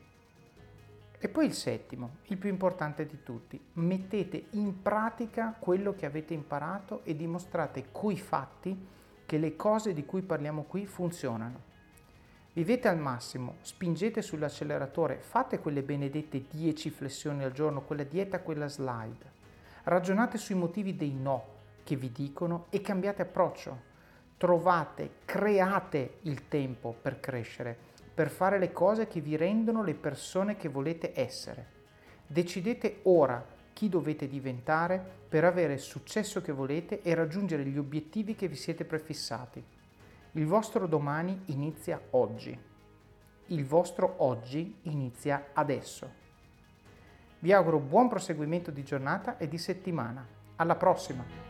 E poi il settimo, il più importante di tutti, mettete in pratica quello che avete imparato e dimostrate coi fatti che le cose di cui parliamo qui funzionano. Vivete al massimo, spingete sull'acceleratore, fate quelle benedette dieci flessioni al giorno, quella dieta, quella slide. Ragionate sui motivi dei no che vi dicono e cambiate approccio. Trovate, create il tempo per crescere, per fare le cose che vi rendono le persone che volete essere. Decidete ora chi dovete diventare per avere il successo che volete e raggiungere gli obiettivi che vi siete prefissati. Il vostro domani inizia oggi. Il vostro oggi inizia adesso. Vi auguro buon proseguimento di giornata e di settimana. Alla prossima!